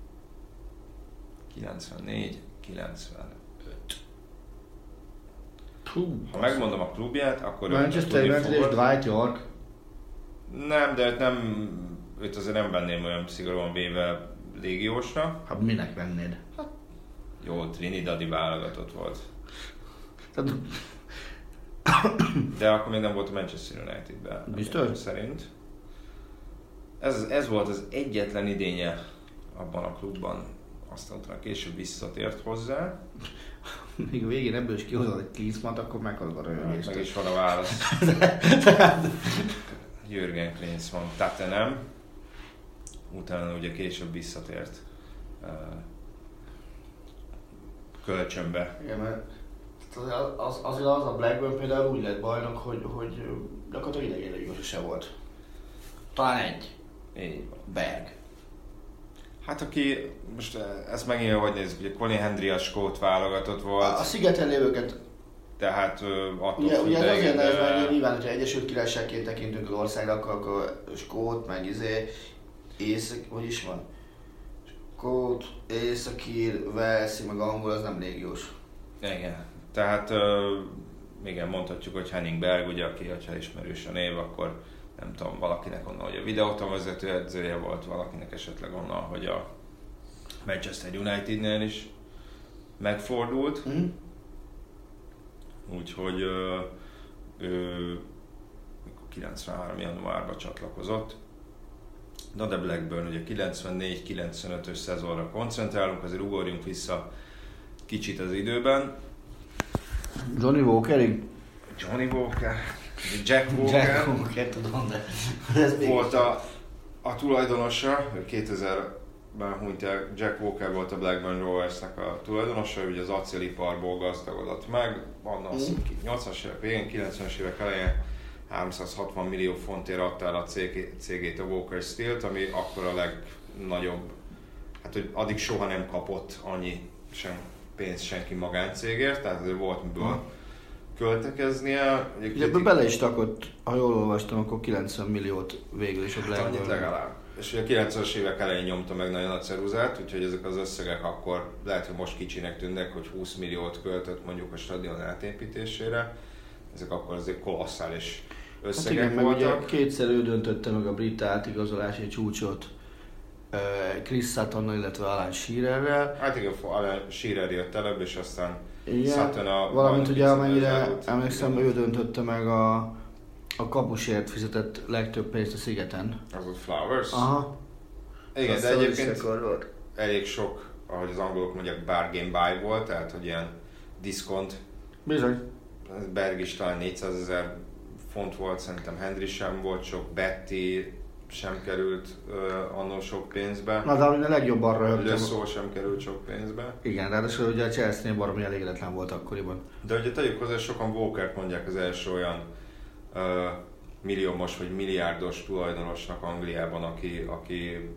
kilencvennégy kilencvenöt. Hú, ha megmondom a klubját, akkor... Manchester United és Dwight York. Nem, de őt, nem, őt azért nem venném olyan szigorúan véve légiósra. Hát minek vennéd? Hát. Jó, Trinidadi válogatott volt. De akkor még nem volt a Manchester United-ben. Biztos? Szerint. Ez, ez volt az egyetlen idénye abban a klubban. Aztán utána később visszatért hozzá. Még a végén ebből is kihozod egy Klinsmann-t, akkor meghallod a röhögést. Meg is van a válasz. Jürgen Klinsmann, Tottenham. Utána ugye később visszatért uh, kölcsönbe. Igen, mert az, az, azért az a Blackburn például úgy lett bajnok, hogy, hogy gyakorlatilag idegen légiós se volt. Talán egy. Így van. Berg. Hát aki, most ezt megint hogy nézzük, ugye Colin Hendry a skót válogatott volt. A, a szigeten lévőket. Tehát attól ugye, ugye ez azért de... ez meg nyilván, hogyha Egyesült Királyságként tekintünk az országra, akkor, akkor skót, meg izé, észak, hogy is van? Skót, északír, Walesi, meg angol, az nem légiós. Igen, tehát igen, mondhatjuk, hogy Henning Berg, ugye, aki, ha ismerős a név, akkor nem tudom, valakinek onnan, hogy a Videoton vezető edzője volt, valakinek esetleg onnan, hogy a Manchester Unitednél is megfordult. Mm. Úgyhogy ő, ő kilencvenhárom januárban csatlakozott, Na de Blackburn, ugye kilencvennégy kilencvenötös szezonra koncentrálunk, azért ugorjunk vissza kicsit az időben. Johnny Walkerig? Johnny Walker, Jack Walker, Jack Walker, tudom, de ez volt a, a tulajdonosa, kétezerben hunyt el, Jack Walker volt a Blackburn Roversnek a tulajdonosa, ugye az acéliparból gazdagodott meg, annak mm. nyolcvanas évek végén, kilencvenes évek elején háromszázhatvan millió fontért adta el a cégét, a Walker Steel-t, ami akkor a legnagyobb, hát hogy addig soha nem kapott annyi sem pénzt senki magáncégért, tehát azért volt miből ha. költekeznie. Ugye ebből bele is takott, ha jól olvastam, akkor kilencven milliót végül is a Blackburn. Hát legalább. És ugye a kilencvenes évek elején nyomta meg nagyon a ceruzát, úgyhogy ezek az összegek akkor lehet, hogy most kicsinek tűnnek, hogy húsz milliót költött mondjuk a stadion átépítésére. Ezek akkor azért kolosszális összegek hát igen, voltak. Meg ugye kétszer ő döntötte meg a brit átigazolási csúcsot Chris Sutton, illetve Alan Shearerrel. Hát igen, Alan Shearer jött előbb, és aztán igen, Sutton a... Valamint ugye amennyire emlékszem, ő döntötte meg a, a kapusért fizetett legtöbb pénzt a szigeten. Az ott Flowers? Aha. Igen, az de egyébként elég sok, ahogy az angolok mondják, bargain buy volt, tehát hogy ilyen diszkont. Bizony. Berg is talán négyszázezer font volt, szerintem Henry sem volt sok, Betty sem került uh, annól sok pénzbe. Na de ami a legjobb arra högtem. Le Saux sem került sok pénzbe. Igen, ráadásul ugye a Chelsea-nél baromi elégedetlen volt akkoriban. De ugye tegyük hozzá, sokan Walkert mondják az első olyan uh, milliómos vagy milliárdos tulajdonosnak Angliában, aki, aki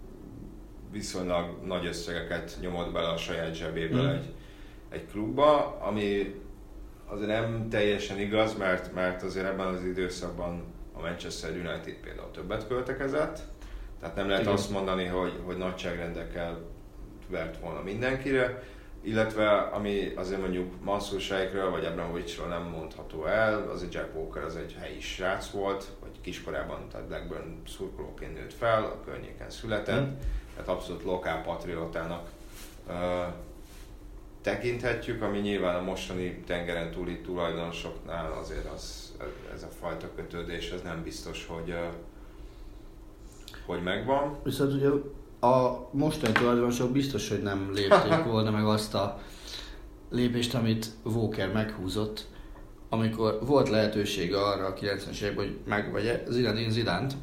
viszonylag nagy összegeket nyomott bele a saját zsebéből mm. egy, egy klubba, ami azért nem teljesen igaz, mert, mert azért ebben az időszakban a Manchester United például többet költekezett, tehát nem lehet igen. azt mondani, hogy, hogy nagyságrendekkel vert volna mindenkire, illetve ami azért mondjuk Mansur Sheikhről vagy Abramovichról nem mondható el, azért Jack Walker az egy helyi srác volt, vagy kiskorában, tehát Blackburn szurkolóként nőtt fel, a környéken született, mm. tehát abszolút lokálpatriótának uh, tekinthetjük, ami nyilván a mostani tengeren túli tulajdonosoknál azért az, ez a fajta kötődés, ez nem biztos, hogy, hogy megvan. Viszont ugye a mostani tulajdonosok biztos, hogy nem lépték volna meg azt a lépést, amit Walker meghúzott, amikor volt lehetősége arra a kilencvenes években, hogy megvegye Zinedine Zidánt.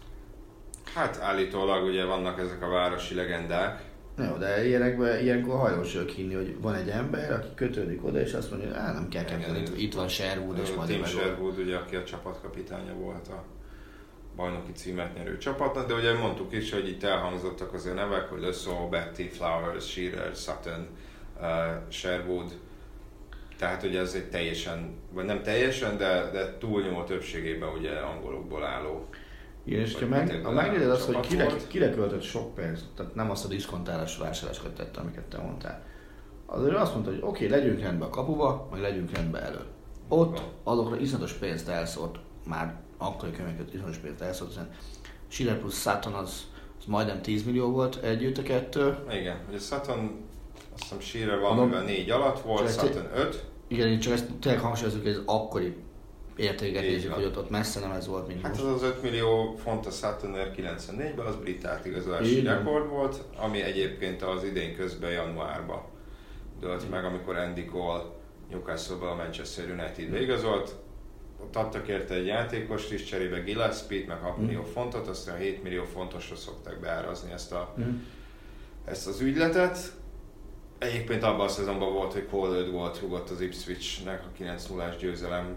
Hát állítólag ugye vannak ezek a városi legendák. Jó, de ilyenekben, ilyenkor hajlamos vagyok hinni, hogy van egy ember, aki kötődik oda, és azt mondja, hogy á, nem kell kezdeni, itt, itt van Sherwood, és majd Tim Sherwood, ugye, aki a csapatkapitánya volt a bajnoki címet nyerő csapatnak, de ugye mondtuk is, hogy itt elhangzottak azért nevek, hogy Le Saux, Betty, Flowers, Shearer, Sutton, uh, Sherwood. Tehát ugye ez egy teljesen, vagy nem teljesen, de, de túlnyomó többségében ugye angolokból álló. Igen, és ha meg, megnézed azt, hogy kire, kire költött sok pénzt, tehát nem azt a diszkontálás vásárlásokat tette, amiket te mondtál. Azért azt mondta, hogy oké, okay, legyünk rendben a kapuba, majd legyünk rendben elő. Ott azokra iszonyatos pénzt elszórt, már akkori könyveket iszonyatos pénzt elszórt, hiszen Shearer plusz Sutton az, az majdnem tíz millió volt együtt a kettő. Igen, ugye Sutton, azt hiszem Shearer valamivel négy alatt volt, Sutton öt. Igen, én csak ezt tényleg hangsúlyozunk, hogy ez akkori értéket nézzük, hogy ott, ott messze nem ez volt, mint hát most. Hát az az öt millió font a Suttonért kilencvennégyben, az brit átigazolási rekord volt, ami egyébként az idén közben januárban dőlt meg, amikor Andy Cole Newcastle-ba a Manchester United-be igazolt. Ott adtak érte egy játékost is, cserébe Gillespie-t, meg hat millió fontot, aztán hét millió fontosra szokták beárazni ezt, a, mm. ezt az ügyletet. Egyébként abban a szezonban volt, hogy Cole öt gólt rúgott az Ipswich-nek a kilenc nullás győzelem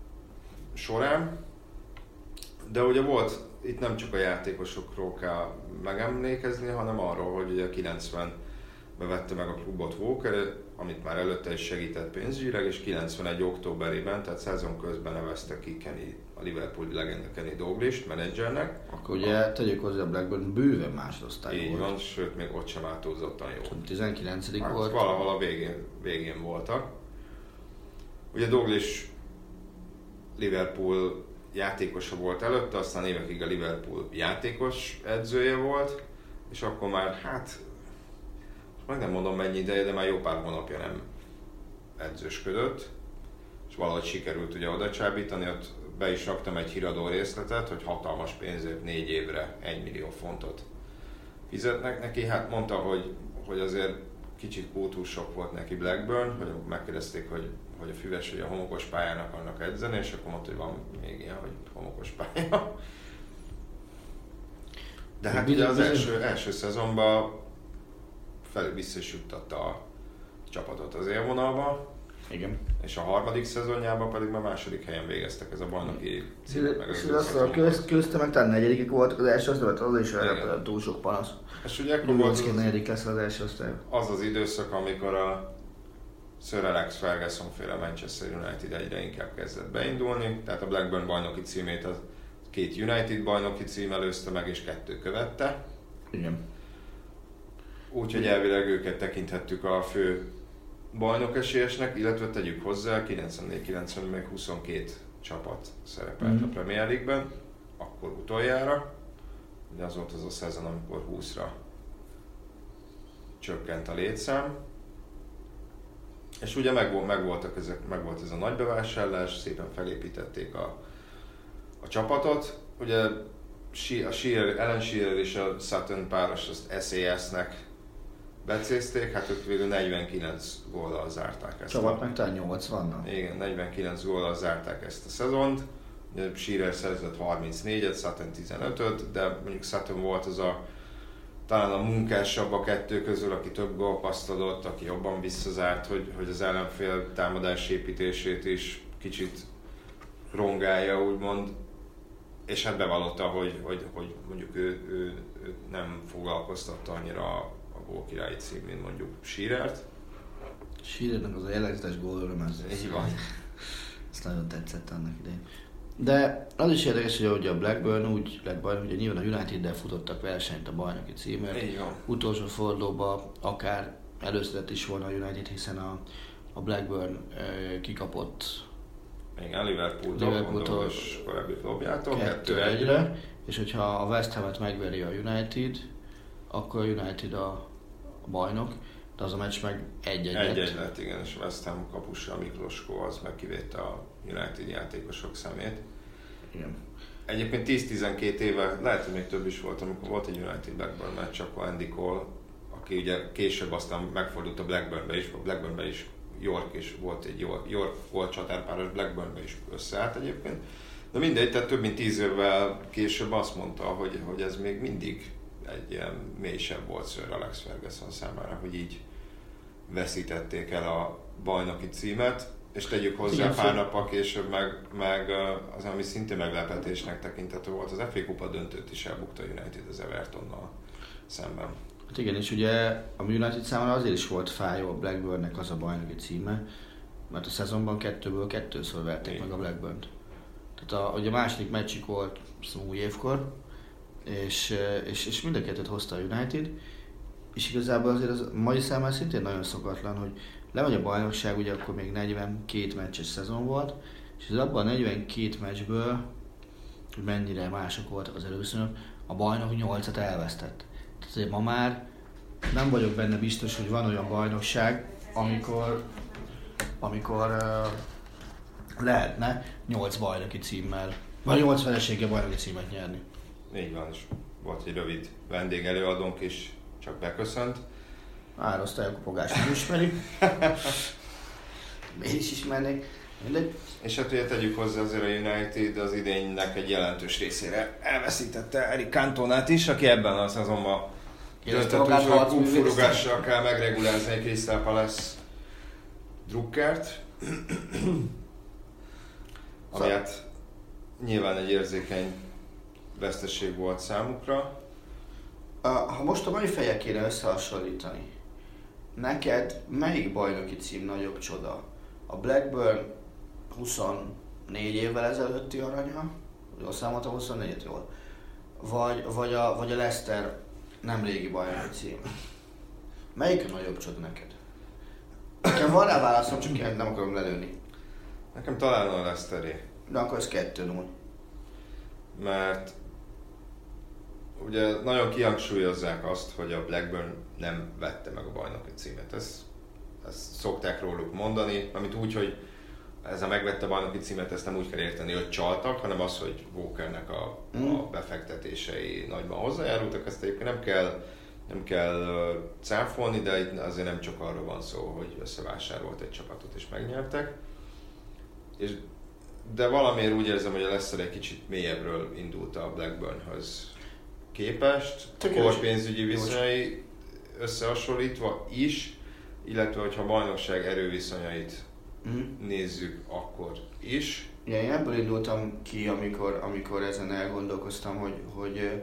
során, de ugye volt, itt nem csak a játékosokról kell megemlékezni, hanem arról, hogy ugye kilencvenben vette meg a klubot Walker, amit már előtte is segített pénzügyileg, és kilencvenegy októberében, tehát szezon közben nevezte ki Kenny, a Liverpooli legenda Kenny Dalglish-t menedzsernek. Akkor ugye tegyük hozzá, Blackburn bőven másodosztály volt. Így van, sőt még ott sem átúzottan jó. tizenkilencedik hát volt. Valahol a végén, végén voltak. Ugye Dalglish Liverpool játékosa volt előtte, aztán évekig a Liverpool játékos edzője volt, és akkor már, hát, meg nem mondom mennyi ideje, de már jó pár hónapja nem edzősködött, és valahogy sikerült ugye oda csábítani, ott be is raktam egy híradó részletet, hogy hatalmas pénzért négy évre egy millió fontot fizetnek neki. Hát mondta, hogy, hogy azért kicsit kultúrsok volt neki Blackburn, hogy megkérdezték, hogy, hogy a füves vagy a homokos pályán akarnak edzeni, és akkor mondta, hogy van még ilyen, hogy homokos pálya. De hát ugye az első, első szezonban fel vissza is juttatta a csapatot az élvonalba. Igen. És a harmadik szezonjában pedig már második helyen végeztek, ez a bajnoki címet meg az összeszezonban. Köz, közte meg talán negyedikek voltak az első osztályban, az is elrepedett túl sok panasz. És ugye akkor volt az, negyedik lesz az első osztály. Az az időszak, amikor a Sir Alex Ferguson féle Manchester United egyre inkább kezdett beindulni, tehát a Blackburn bajnoki címét a két United bajnoki cím előzte meg, és kettő követte. Igen. Úgyhogy elvileg őket tekinthettük a fő bajnokesélyesnek, illetve tegyük hozzá, kilencvennégy kilencvenben még huszonkét csapat szerepelt mm-hmm. a Premier League-ben, akkor utoljára. Ugye az volt az a szezon, amikor húszra csökkent a létszám. És ugye meg, meg, voltak ezek, meg volt ez a nagy bevásárlás, szépen felépítették a, a csapatot. Ugye a Shearer, Alan Shearer és a Sutton páros azt es á es-nek becézték, hát ők végül negyvenkilenc góllal zárták ezt. Csapat meg talán nyolcvannal. Igen, negyvenkilenc góllal zárták ezt a szezont. Shearer szerzett harmincnégyet, Sutton tizenötöt, de mondjuk Sutton volt az a talán a munkásabb a kettő közül, aki több gólpasszt adott, aki jobban visszazárt, hogy, hogy az ellenfél támadás építését is kicsit rongálja, úgymond. És hát bevallotta, hogy, hogy, hogy mondjuk ő, ő, ő nem foglalkoztatta annyira a, a gólkirályi cím, mint mondjuk Shearert. Shearernek az a jellegzetes gólöröm, ez így van. Ezt nagyon tetszett annak idején. De az is érdekes, hogy ahogy a Blackburn úgy lett bajnok, hogy nyilván a United-del futottak versenyt a bajnoki címért. Utolsó fordulóban akár előztetett is volna a United, hiszen a, a Blackburn e, kikapott igen, Liverpool-tól és korábbi klubjától, kettő egyre. És hogyha a West Ham-et megveri a United, akkor a United a, a bajnok, de az a meccs meg egy-egy lett. Egy-egy lett, igen, és West Ham kapusa Miklosko az meg kivédte a United játékosok szemét. Igen. Egyébként tíz-tizenkét éve, lehet, hogy még több is volt, amikor volt egy United Blackburn meccs, akkor Andy Cole, aki ugye később aztán megfordult a Blackburnbe is, a Blackburnbe is York is volt egy York, York volt csatárpáros, Blackburnbe is összeállt egyébként. De mindegy, tehát több mint tíz évvel később azt mondta, hogy, hogy ez még mindig egy ilyen mélysebb volt Sir Alex Ferguson számára, hogy így veszítették el a bajnoki címet. És tegyük hozzá, igen, pár nappal később meg, meg az, ami szintén meglepetésnek tekinthető volt, az ef á Kupa döntőt is elbukta United az Evertonnal szemben. Hát igen, és ugye a United számára azért is volt fájó a Blackburnnek az a bajnoki címe, mert a szezonban kettőből kettőször verték igen. meg a Blackburnt. Tehát a, ugye a második meccsik volt új évkor, és, és, és mind a kettőt hozta a United, és igazából azért az mai számára szintén nagyon szokatlan, hogy lemegy a bajnokság, ugye akkor még negyvenkét meccses szezon volt, és az abban a negyvenkét meccsből, hogy mennyire mások voltak az először, a bajnok nyolcat elvesztett. Tehát azért ma már nem vagyok benne biztos, hogy van olyan bajnokság, amikor, amikor uh, lehetne nyolc bajnoki címmel, vagy nyolc feleséggel bajnoki címet nyerni. Így van, és volt egy rövid vendégelőadónk is, csak beköszönt. Árosztályok kopogást nem ismeri. Miért is ismernék? Mindegy. És hát ugye tegyük hozzá, azért a United az idénynek egy jelentős részére elveszítette Eric Cantonát is, aki ebben a szezonban döntött úgy, hogy kúfurugással kell megregulázni egy Crystal Palace Druckert. Ami hát nyilván egy érzékeny veszteség volt számukra. Ha most a mai fejek kéne összehasonlítani, neked melyik bajnoki cím nagyobb csoda? A Blackburn huszonnégy évvel ezelőtti aranya, jól számoltam, huszonnégyet jól, vagy, vagy, a, vagy a Leicester nem régi bajnoki cím? Melyik a nagyobb csoda neked? Nekem van rá válaszom, csak én nem akarom lelőni. Nekem talán a Leicesteré. De akkor ez kettő null. Mert ugye nagyon kihangsúlyozzák azt, hogy a Blackburn nem vette meg a bajnoki címet. Ezt, ezt szokták róluk mondani, amit úgy, hogy ez a megvette bajnoki címet, ezt nem úgy kell érteni, hogy csaltak, hanem az, hogy Walkernek a, mm. a befektetései nagyban hozzájárultak, ezt egyébként nem kell, nem kell uh, cáfolni, de itt azért nem csak arról van szó, hogy összevásárolt egy csapatot és megnyertek. És, de valamiért úgy érzem, hogy a Leicester egy kicsit mélyebbről indult a Blackburnhöz képest, a pénzügyi viszonyai összehasonlítva is, illetve hogyha a bajnokság erőviszonyait mm. nézzük, akkor is. Ja, én ebből indultam ki, amikor, amikor ezen elgondolkoztam, hogy, hogy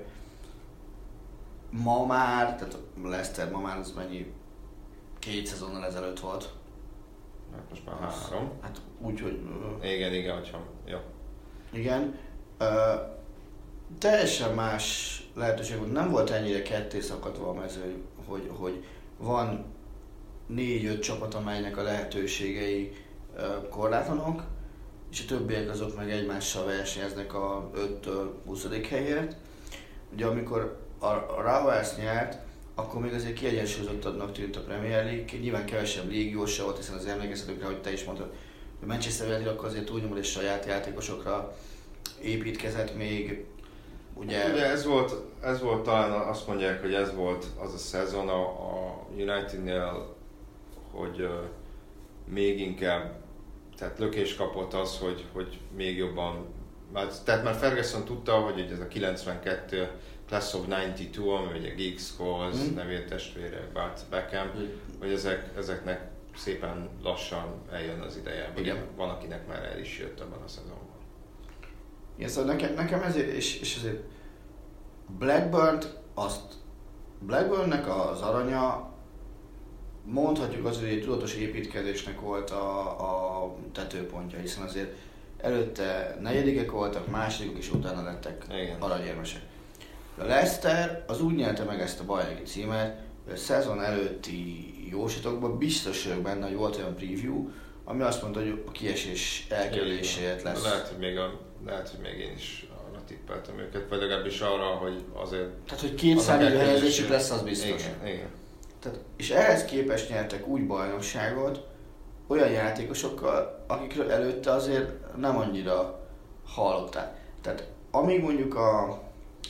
ma már, tehát Leicester ma már az mennyi, két szezonnal ezelőtt volt. Hát most már három. Hát úgy, hogy... Igen, igen, hogyha... Ja. Igen. Uh, teljesen más lehetőség volt. Nem volt ennyire ketté szakadva a mező, hogy, hogy van négy-öt csapat, amelynek a lehetőségei uh, korlátlanok, és a többiek azok meg egymással versenyeznek a öttől huszadik helyért. Ugye amikor a, a Rovers nyert, akkor még azért kiegyensúlyozottabbnak tűnt a Premier League, nyilván kevesebb légiós se volt, hiszen az emlékeztetőkre, hogy te is mondtad, hogy Manchester United akkor azért túlnyomó és saját játékosokra építkezett még, ugye... Ugye ez volt, ez volt talán, azt mondják, hogy ez volt az a szezon a, a Unitednél, hogy uh, még inkább, tehát lökés kapott az, hogy, hogy még jobban, mert, tehát már Ferguson tudta, hogy ez a kilencvenkettő Class of kilencvenkettő, ami ugye Giggs, Scholes, mm. nevértestvére, Bart Beckham, mm. hogy ezek, ezeknek szépen lassan eljön az ideje. Ugye van, akinek már el is jött abban a szezonban. Igen, szóval nekem, nekem ezért, és, és azért Blackburn-t, azt Blackburnnek az aranya, mondhatjuk az, hogy egy tudatos építkezésnek volt a, a tetőpontja, hiszen azért előtte negyedikek voltak, másodikok és utána lettek aranyérmesek. A Leicester az úgy nyerte meg ezt a bajnoki címet, hogy a szezon előtti jóslatokban biztos vagyok benne, hogy volt olyan preview, ami azt mondta, hogy a kiesés elkerüléséért lesz. Lehet, hogy még, a, lehet, hogy még én is arra tippeltem őket, vagy legalábbis arra, hogy azért... Tehát, hogy két számjegyű helyezésük lesz, az biztos. Igen, igen. Tehát, és ehhez képest nyertek úgy bajnokságot olyan játékosokkal, akikről előtte azért nem annyira hallottál. Tehát amíg mondjuk a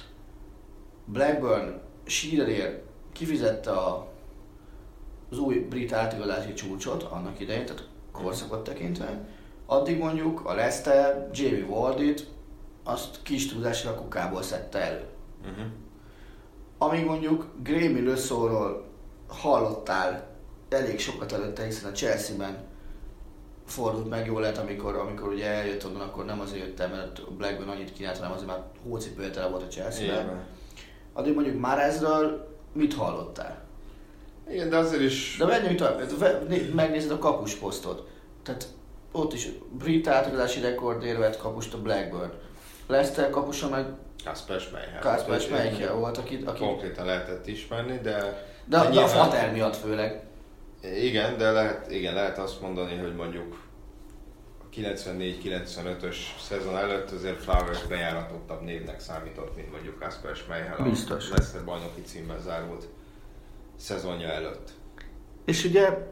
Blackburn Shearerért kifizette a, az új brit átigazolási csúcsot annak idején, tehát korszakot tekintve, addig mondjuk a Leicester Jamie Wardit azt kis túlzásra a kukából szedte elő. Uh-huh. Amíg mondjuk Graeme Lessauról hallottál elég sokat előtte, hiszen a Chelsea-ben fordult meg, jól lehet, amikor, amikor ugye eljött onnan, akkor nem azért jöttem, mert a Blackburn annyit kínált, hanem azért már hócipője tele volt a Chelsea-ben. Addig mondjuk Mahrezről mit hallottál? Igen, de azért is... De menjünk tovább, megnézed a kapusposztot. Tehát ott is brit átigazolási rekordért kapust a Blackburn. Leicester kapusa meg... Kasper Schmeichel. Kasper Schmeichel volt, akit... akit... Konkrétan lehetett ismerni, de... De, de, de a Fater miatt főleg. Igen, de lehet, igen, lehet azt mondani, hogy mondjuk a kilencvennégy kilencvenötös szezon előtt azért Flowers bejáratottabb névnek számított, mint mondjuk Kasper Schmeichel. Biztos. A Leicester bajnoki címmel zárult szezonja előtt. És ugye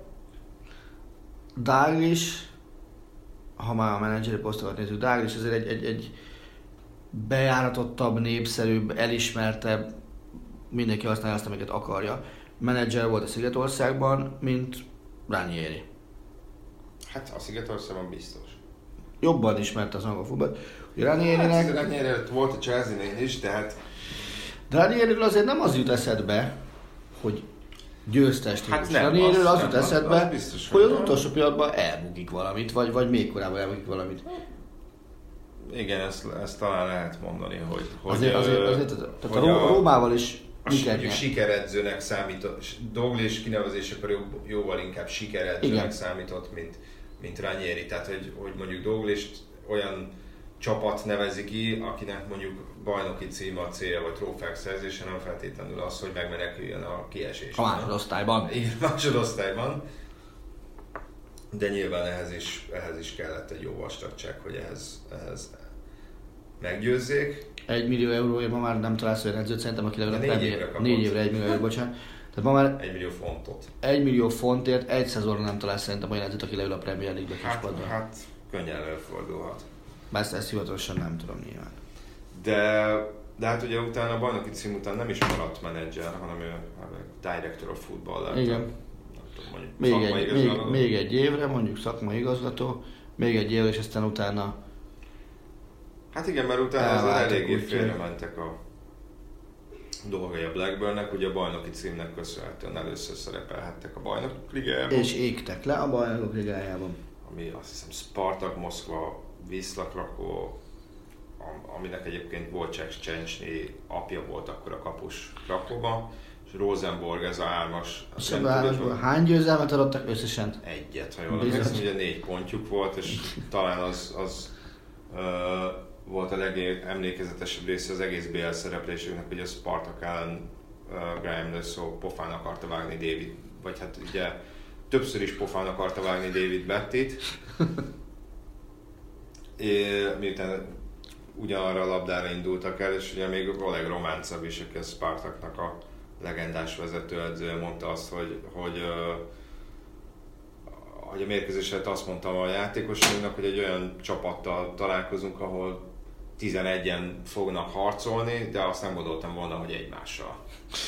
Dalglish, ha már a menedzseri posztokat nézzük, Dalglish azért egy, egy, egy bejáratottabb, népszerűbb, elismertebb, mindenki használja azt, amiket akarja. Menedzser volt a Szigetországban, mint Ranieri. Hát a Szigetországban biztos. Jobban ismerte az angol futballt. Ranierinek... Hát, Ranieri volt a Chelsea-nél is, tehát... De Ranieriről azért nem az jut eszedbe, hogy győztes. Hát nem, Ranieriről az nem, jut eszedbe, az biztos, hogy az utolsó pillanatban elbukik valamit, vagy, vagy még korábban elbukik valamit. Igen, ezt, ezt talán lehet mondani, hogy... hogy azért, azért, azért, azért tehát hogy a, a Rómával is... A sikeredzőnek számított, Dalglish kinevezésekor jó, jóval inkább sikeredzőnek igen. számított, mint, mint Ranieri. Tehát, hogy, hogy mondjuk Dalglisht olyan csapat nevezi ki, akinek mondjuk bajnoki cím a célja, vagy trófeák szerzése, nem feltétlenül az, hogy megmeneküljön a kiesés. A másodosztályban. Igen, másodosztályban. De nyilván ehhez is, ehhez is kellett egy jó vastagság, hogy ehhez, ehhez meggyőzzék. Egy millió euróért ma már nem találsz olyan edzőt, szerintem, aki legalább négy évre kapott. Négy évre egy millió eurót, bocsánat. Tehát ma már egy millió fontot. Egy millió fontért egy szezonra nem találsz szerintem olyan edzőt, aki leül a Premier League-be hát, kispadban. hát könnyen előfordulhat. Bár ezt, ezt hivatalosan nem tudom nyilván. De, de hát ugye utána a bajnoki cím után nem is maradt menedzser, hanem ő director of football lett. Igen. Tudom, még, egy, még, még egy évre, mondjuk szakmai igazgató, még egy évre, és aztán utána... Hát igen, mert utána az eléggé félre mentek a dolgai a Blackburnnek, ugye a bajnoki címnek köszönhetően először szerepelhettek a bajnokok ligájában. És égtek le a bajnokok ligájában. Ami azt hiszem Spartak Moszkva, Wisla Krakó, aminek egyébként Wojciech Szczęsny apja volt akkor a kapus Krakóban, és Rosenborg ez a hármas. Szóval hány győzelmet adottak összesen? Egyet, ha jól emlékszem, ugye négy pontjuk volt, és talán az, az uh, volt a legemlékezetesebb része az egész bé el szereplésüknek, hogy a Spartak ellen uh, Graham Lesaux pofán akarta vágni David, vagy hát ugye többször is pofán akarta vágni David Bettit. É, miután ugyanarra a labdára indultak el, és ugye még Oleg Románcev is, aki a Spartaknak a legendás vezetőedzője, mondta azt, hogy, hogy, hogy a mérkőzés előtt azt mondtam a játékosainknak, hogy egy olyan csapattal találkozunk, ahol tizenegyen fognak harcolni, de azt nem gondoltam volna, hogy egymással.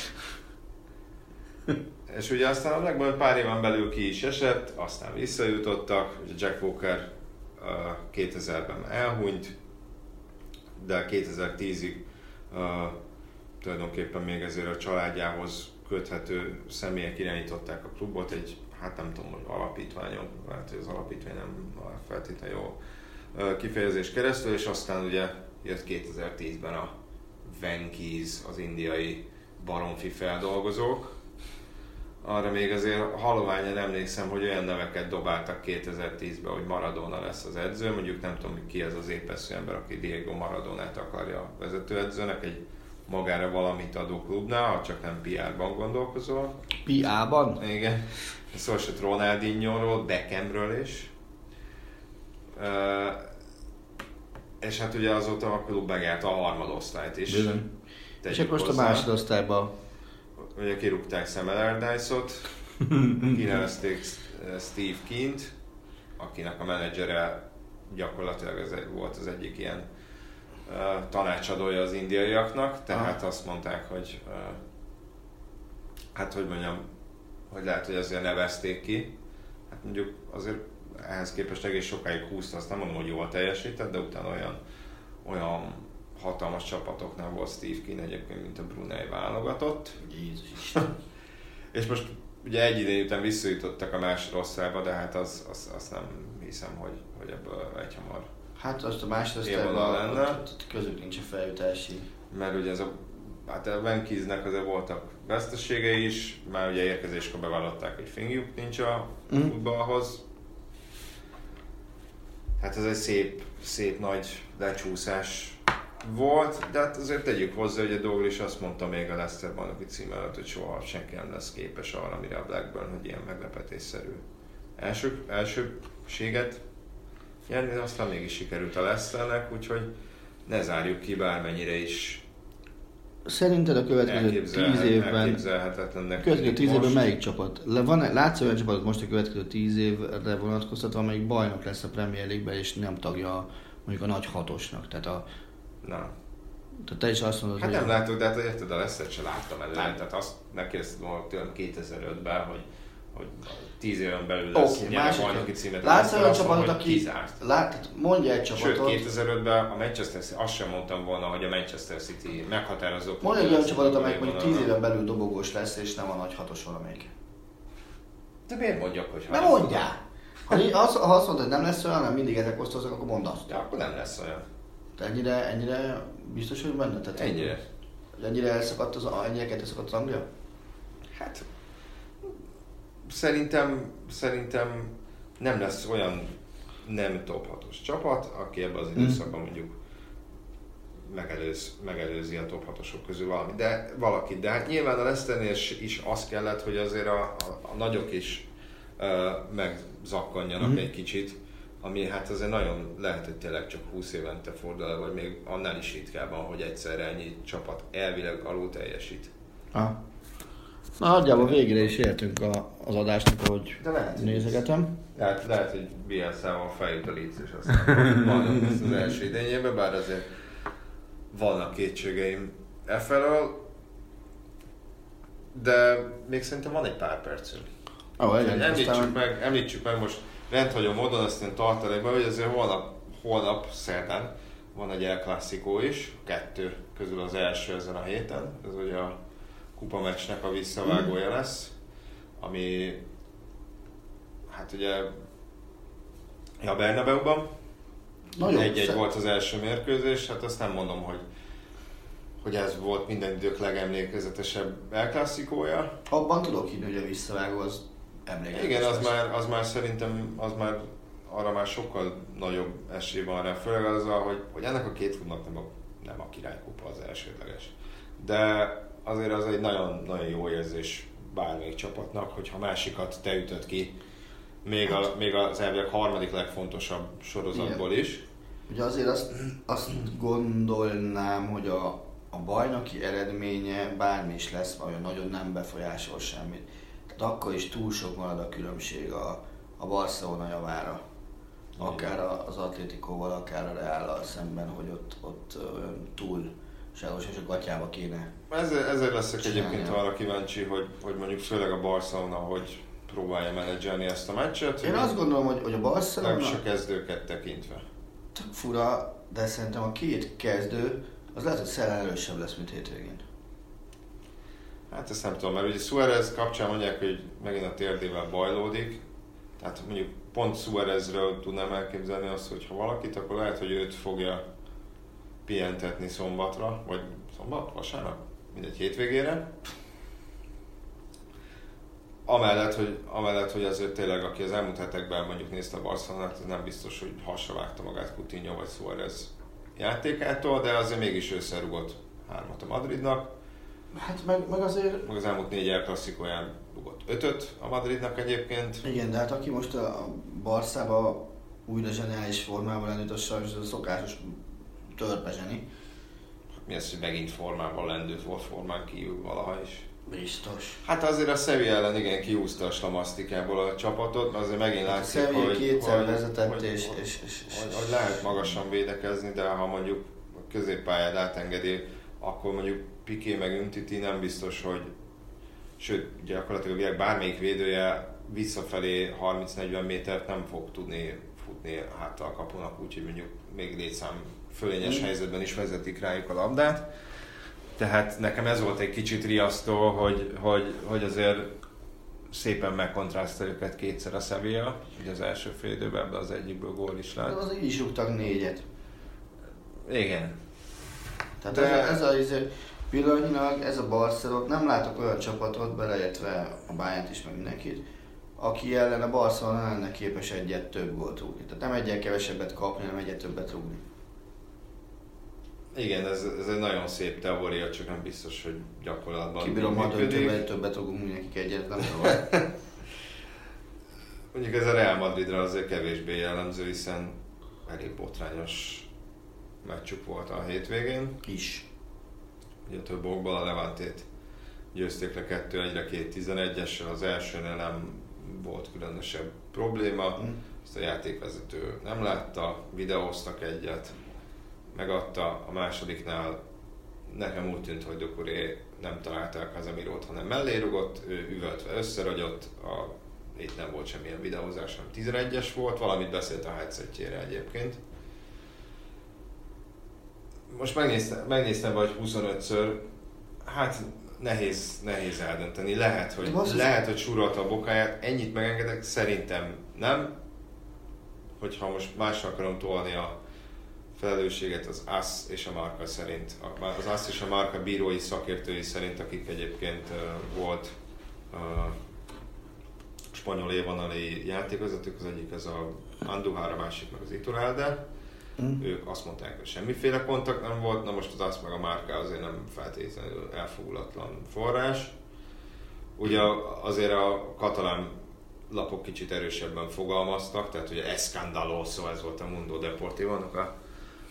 És ugye aztán a Blackburn pár éven belül ki is esett, aztán visszajutottak, ugye Jack Walker kétezerben elhunyt, de kétezer-tízig uh, tulajdonképpen még ezért a családjához köthető személyek irányították a klubot, egy, hát nem tudom, hogy alapítványon, lehet, hogy az alapítvány nem feltétlenül jó uh, kifejezés keresztül, és aztán ugye jött kétezer-tízben a Venkies, az indiai baromfi feldolgozók. Arra még azért haloványan emlékszem, hogy olyan neveket dobáltak kétezer-tízben, hogy Maradona lesz az edző. Mondjuk nem tudom, ki ez az épeszű ember, aki Diego Maradonát akarja vezetőedzőnek, egy magára valamit adó klubnál, ha csak nem pé er-ban gondolkozol. pé er-ban? Igen. Szó esett Ronaldinho-ról, Beckhamről is. Uh, és hát ugye azóta a klub megállt a harmadosztályt is. Bizony. És akkor most a másodosztályban ugye kirúgták Sam Allardyce-ot, kinevezték Steve Keant, akinek a menedzsere gyakorlatilag ez volt az egyik ilyen uh, tanácsadója az indiaiaknak, tehát azt mondták, hogy uh, hát hogy mondjam, hogy lehet, hogy azért nevezték ki. Hát mondjuk azért ehhez képest egész sokáig húzta, azt nem mondom, hogy jól teljesített, de utána olyan, olyan hatalmas csapatoknál volt Steve Kean egyébként, mint a Brunei válogatott. Jézus. És most ugye egy idő után visszajutottak a másodosztályba, de hát az, az, az nem hiszem, hogy, hogy ebből egyhamar. Hát azt a másodosztályban közük nincs a feljutási. Mert ugye ez a, hát a Venkiesnek azért voltak veszteségei is, már ugye érkezéskor bevallották, hogy fingjuk nincs a mm. futballhoz. Hát ez egy szép, szép nagy lecsúszás volt, de hát azért tegyük hozzá, hogy a Douglas azt mondta még a Leicester bajnoki cím előtt, hogy soha senki nem lesz képes arra, amire a Blackburn, hogy ilyen meglepetésszerű első, elsőséget nyerni, de aztán mégis sikerült a Leicesternek, úgyhogy ne zárjuk ki bármennyire is. Szerinted a következő tíz évben, következő tíz évben melyik csapat? Van, látsz olyan csapatot most a következő tíz évre vonatkoztatva, amelyik bajnok lesz a Premier League-ben, és nem tagja mondjuk a nagy hatosnak, tehát a... Na. Tehát te is azt mondod, hát hogy... nem látod, de hát érted, a Leicester-t sem láttam előre, tehát azt megkérdeztem volna tőlem kétezer-ötben, hogy hogy tíz éven belül lesz okay, nyer a bajnoki címet. Látsz olyan csapatot, aki... Lát, mondja egy csapatot... Sőt, kétezer-ötben a Manchester City, azt sem mondtam volna, hogy a Manchester City meghatározó... Mondja egy olyan csapatot, amelyik mondjuk tíz éven belül dobogós lesz, és nem a nagy hatos valamelyik. De miért mondjak, hogy... Nem mondjál! Ha, az, ha azt mondod, hogy nem lesz olyan, nem mindig ezek osztoznak, akkor mondd azt. Ja, akkor nem lesz olyan. Te ennyire, ennyire biztos, hogy benne? Tehát ennyire. Ennyire elszakadt az, ennyire kettelszakadt az Anglia? Hát... Szerintem, szerintem nem lesz olyan nem top hatos csapat, aki ebben az időszakban mondjuk megelőz, megelőzi a top hatosok közül valami, de valakit. De hát nyilván a Leicesternél is az kellett, hogy azért a, a, a nagyok is uh, megzakkanjanak mm. egy kicsit, ami hát azért nagyon lehet, hogy tényleg csak húsz évente fordul el, vagy még annál is ritkábban, hogy egyszerre ennyi csapat elvileg alul teljesít. Ah. Na, nagyjából végére is értünk a, az adásnak, ahogy lehet, nézegetem. Lehet, lehet, hogy Bielszával feljut a Leeds, és aztán majdnem lesz az első idényében, bár azért vannak kétségeim e felől. De még szerintem van egy pár percünk. Oh, említsük, aztán... meg, említsük meg most rendhagyó módon, aztán tartalékban, hogy azért holnap, holnap szerdán van egy El Clásico is, kettő közül az első ezen a héten. Ez ugye a kupa meccsnek a visszavágója lesz, ami hát ugye a Bernabeuban. Egy-egy volt az első mérkőzés, hát azt nem mondom, hogy hogy ez volt minden idők legemlékezetesebb El Clásicoja. Abban tudok hinni, hogy a visszavágó az emlékezetes. Igen, az már, az már szerintem az már, arra már sokkal nagyobb esély van rá, főleg azzal, hogy, hogy ennek a két klubnak nem a, nem a királykupa az elsődleges. De azért az egy nagyon, nagyon jó érzés bármelyik csapatnak, hogyha másikat te ütöd ki, még, a, még az elvileg harmadik legfontosabb sorozatból igen. is. Ugye azért azt, azt gondolnám, hogy a a bajnoki eredménye bármi is lesz, olyan nagyon nem befolyásol semmit. Tehát akkor is túl sok marad a különbség a, a Barcelona javára. Akár az Atlétikóval, akár a Reállal szemben, hogy ott, ott túl ságos és a gatyába kéne. Ezzel, ezzel leszek egyébként arra kíváncsi, hogy, hogy mondjuk főleg a Barcelona, hogy próbálja menedzselni ezt a meccset. Én azt gondolom, hogy, hogy a Barcelona... Nem se kezdőket tekintve. Tök fura, de szerintem a két kezdő az lehet, hogy Szellel erősebb lesz, mint hétvégén. Hát ezt nem tudom, mert ugye Suárez kapcsán mondják, hogy megint a térdével bajlódik. Tehát mondjuk pont Suárezről tudnám elképzelni azt, hogy ha valakit, akkor lehet, hogy őt fogja pihentetni szombatra, vagy szombat, vasárnap, mindegy hétvégére. Amellett, hogy, amellett, hogy azért tényleg, aki az elmúlt hetekben mondjuk nézte a Barcelonát, az nem biztos, hogy hasra vágta magát Coutinho vagy Suárez játékától, de azért mégis összerugott hármat a Madridnak. Hát meg, meg azért... Meg az elmúlt négy El Clásicoján rugott ötöt a Madridnak egyébként. Igen, de hát aki most a Barszába újra zseniális formában lendült, az sajnos a szokásos törpe zseni. Mi az, hogy megint formában lendült, volt formán kívül valaha is? Biztos. Hát azért a Sevilla ellen igen kiúzta a slamasztikából a csapatot, mert azért megint látszik, hogy, hogy, kétszer vezetett hogy, és, hogy, és, és, és, hogy, hogy lehet magasan védekezni, de ha mondjuk a középpályád átengedi, akkor mondjuk Piqué meg Umtiti nem biztos, hogy sőt, gyakorlatilag a világ bármelyik védője visszafelé harminc-negyven métert nem fog tudni futni hátra a kapunak, úgyhogy mondjuk még létszám fölényes mm. helyzetben is vezetik rájuk a labdát. Tehát nekem ez volt egy kicsit riasztó, hogy, hogy, hogy azért szépen megkontrasztál őket kétszer a Sevilla, ugye az első fél időben ebben az egyikből gól is lett. De az így is rúgtak négyet. Igen. Tehát De... ez, ez a, ez a pillanatnyilag ez a Barcelona, nem látok olyan csapatot, beleértve a Bayernt is, meg mindenkit, aki ellen a Barcelona lenne képes egyet több gólt rúgni. Tehát nem egyet kevesebbet kapni, hanem egyet többet rúgni. Igen, ez, ez egy nagyon szép teória, csak nem biztos, hogy gyakorlatban kibírom majd, hogy többet, többet rúgunk mindenkik egyet, nem tudom. Mondjuk ez a Real Madridra azért kevésbé jellemző, hiszen elég botrányos meccsük volt a hétvégén. Is. Ugye több okból a Levantét győzték le kettő egyre két tizenegyessel, az elsőnél nem volt különösebb probléma, mm. ezt a játékvezető nem látta, videóztak egyet, megadta, a másodiknál nekem úgy tűnt, hogy Doucouré nem találta el Casemirót, hanem mellé rugott, ő üvöltve összeragyott, a, itt nem volt semmilyen videózás, hanem tizenegyes volt, valamit beszélt a headsetjére egyébként. Most megnéztem, megnéztem vagy huszonötször, hát nehéz, nehéz eldönteni, lehet, hogy, lehet, hogy súrolta a bokáját, ennyit megengedek, szerintem nem. Hogyha most másra akarom tolni a felelősséget az á es és a Marca szerint, az á es és a Marca bírói szakértői szerint, akik egyébként uh, volt uh, spanyol évvonali játékvezetők, az egyik az a Andujar, a másik meg az Iturralde. Mm. Ők azt mondták, hogy semmiféle kontakt nem volt, na most az á es meg a Marca azért nem feltétlenül elfogulatlan forrás. Ugye azért a katalán lapok kicsit erősebben fogalmaztak, tehát ugye escandaloso, ez volt a Mundo Deportivo-nak a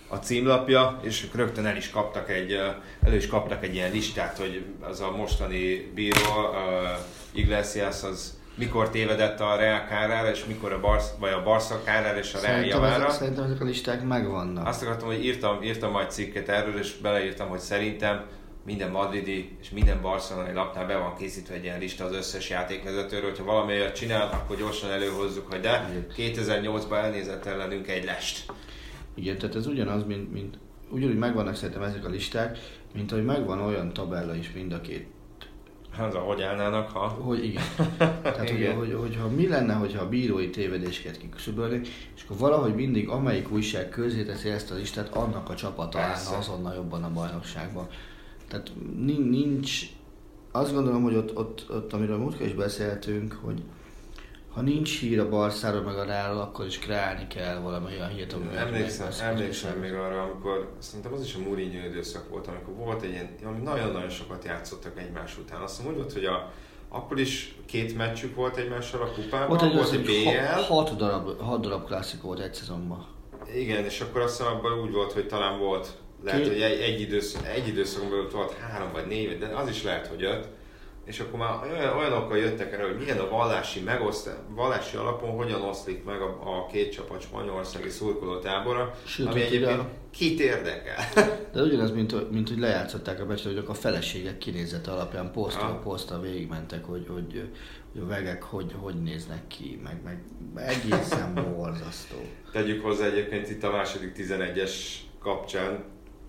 a címlapja, és ők rögtön el is kaptak egy, elő is kaptak egy ilyen listát, hogy az a mostani bíró, uh, Iglesias, az mikor tévedett a Real kárára, és mikor a Barca, vagy a Barca kárára és a Real javára. Szerintem ezek a listák megvannak. Azt akartam, hogy írtam, írtam majd cikket erről, és beleírtam, hogy szerintem minden madridi és minden barcelonai lapnál be van készítve egy ilyen lista az összes játékvezetőről, hogyha valami olyat csinál, akkor gyorsan előhozzuk, hogy de kétezer-nyolcban elnézett ellenünk egy lest. Igen, tehát ez ugyanaz, mint, mint ugyanúgy megvannak szerintem ezek a listák, mint hogy megvan olyan tabella is mind a két. Hát, ahogy állnának, ha... Hogy igen. Tehát, igen. Hogy, hogy, hogyha mi lenne, hogyha a bírói tévedéseket kiküszöbölnék, és akkor valahogy mindig amelyik újság közé teszi ezt a listát, annak a csapata állna azonnal jobban a bajnokságban. Tehát nincs, azt gondolom, hogy ott, ott, ott amiről múltkor is beszéltünk, hogy ha nincs hír a Barszáról meg a Realról, akkor is kreálni kell valami olyan hírt, amivel Emlékszem, emlékszem még arra, amikor szerintem az is a Mourinho időszak volt, amikor volt egy ilyen, ami nagyon-nagyon sokat játszottak egymás után. Azt mondom, úgy volt, hogy a, akkor is két meccsük volt egymással a kupában, volt egy, volt egy bé el. Hat darab, hat darab klasszikó volt egy szezonban. Igen, és akkor azt hiszem abban úgy volt, hogy talán volt, lehet, két... hogy egy, egy, időszak, egy időszakon belül volt három vagy négy, de az is lehet, hogy öt. És akkor már olyan, olyanokkal jöttek el, hogy milyen a vallási megosztás, vallási alapon hogyan oszlik meg a, a két csapat spanyolországi szurkolótábora, ami egyébként kit érdekel. De ugyanaz, mint, mint hogy lejátszották a meccset, hogy a feleségek kinézete alapján poszttal poszttal végigmentek, hogy, hogy, hogy a vegek hogy, hogy néznek ki, meg, meg egészen borzasztó. Tegyük hozzá egyébként itt a második tizenegyes kapcsán,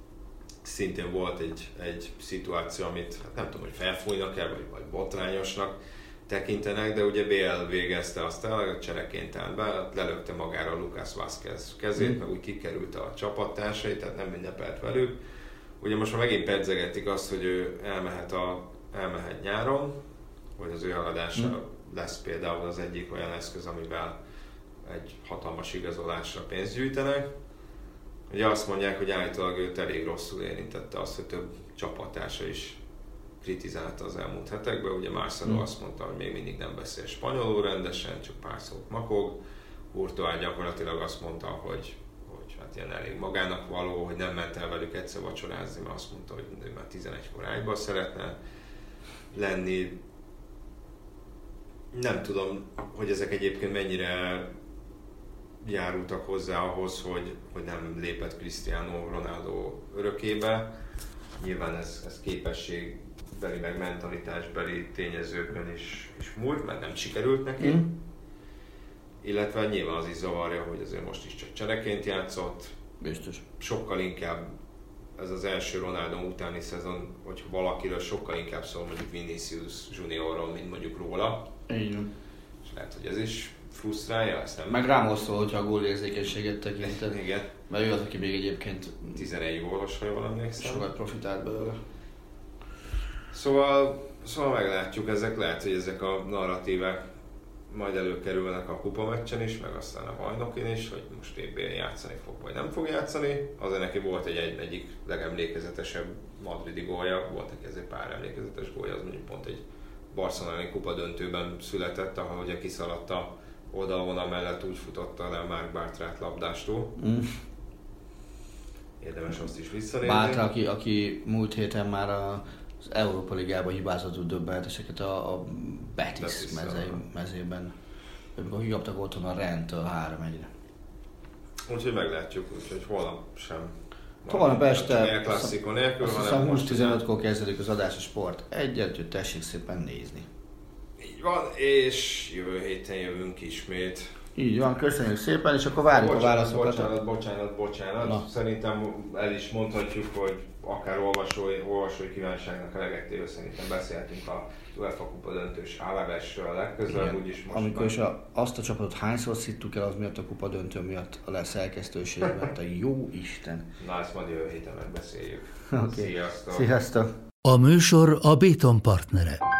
szintén volt egy, egy szituáció, amit hát nem tudom, hogy felfújnak el, vagy, vagy botrányosnak tekintenek, de ugye bé el végezte azt el, a csereként állt be, lelökte magára Lucas Vázquez kezét, mm. meg úgy kikerült a csapattársai, tehát nem ünnepelt velük. Ugye most már megint pedzegetik azt, hogy ő elmehet, a, elmehet nyáron, hogy az ő haladása mm. lesz például az egyik olyan eszköz, amivel egy hatalmas igazolásra pénzt gyűjtenek. Ugye azt mondják, hogy állítólag őt elég rosszul érintette azt, hogy több csapattársa is kritizálta az elmúlt hetekben. Ugye Marcelo mm. azt mondta, hogy még mindig nem beszél spanyolul rendesen, csak pár szót makog. Courtois gyakorlatilag azt mondta, hogy, hogy hát ilyen elég magának való, hogy nem ment el velük egyszer vacsorázni, mert azt mondta, hogy ő már tizenegykor ágyban szeretne lenni. Nem tudom, hogy ezek egyébként mennyire járultak hozzá ahhoz, hogy, hogy nem lépett Cristiano Ronaldo örökébe. Nyilván ez, ez képességbeli, meg mentalitásbeli tényezőkön is, is múlt, mert nem sikerült neki. Mm. Illetve nyilván az is zavarja, hogy azért most is csak csereként játszott. Biztos. Sokkal inkább ez az első Ronaldo utáni szezon, hogyha valakiről sokkal inkább szól mondjuk Vinicius Juniorról, mint mondjuk róla. Így van. És lehet, hogy ez is frusztrálja, ezt nem... Meg Ramos szól, hogyha a gólérzékenységet tekinted. Igen. Mert ő az, aki még egyébként... tizenegy gólos, ha jól emlékszem. Sokat profitált belőle. Szóval, szóval meglátjuk, ezek lehet, hogy ezek a narratívák majd előkerülnek a kupameccsen is, meg aztán a bajnokin is, hogy most évben játszani fog, vagy nem fog játszani. Azért neki volt egy, egy egyik legemlékezetesebb madridi gólja, volt neki ezért pár emlékezetes gólja, az mondjuk pont egy barcelonai kupa döntőben született, ahol ugye kiszaladt a oldalvonal mellett, úgy futotta le Marc Bartrát labdástól. Mm. Érdemes azt is visszanézni. Bartra, aki, aki múlt héten már a az Európa Ligában hibázott döbbeneteseket a, a Betis, Betis mezei, mezében. Amikor kikaptak otthon a Rennes-től három egyre. Úgyhogy meglátjuk, úgyhogy holnap sem. Holnap este, klasszikon nélkül, azt hiszem húsz tizenötkor kezdődik az adás a Sport egyet, hogy tessék szépen nézni. Így van, és jövő héten jövünk ismét. Így van, köszönjük szépen, és akkor várjuk bocsánat, a válaszokat. Bocsánat, bocsánat, bocsánat. Na. Szerintem el is mondhatjuk, hogy akár olvasói, olvasói kívánságnak elegettével szerintem beszéltünk a UEFA kupa döntős Alavesről legközelebb, úgyis most... Amikor is a, azt a csapatot hányszor szittuk el, az miatt a kupa döntő miatt a leszerkesztőség, mert a jó Isten. Na, ezt majd jövő héten megbeszéljük. Okay. Sziasztok! Sziasztok! A műsor a Béton partnere.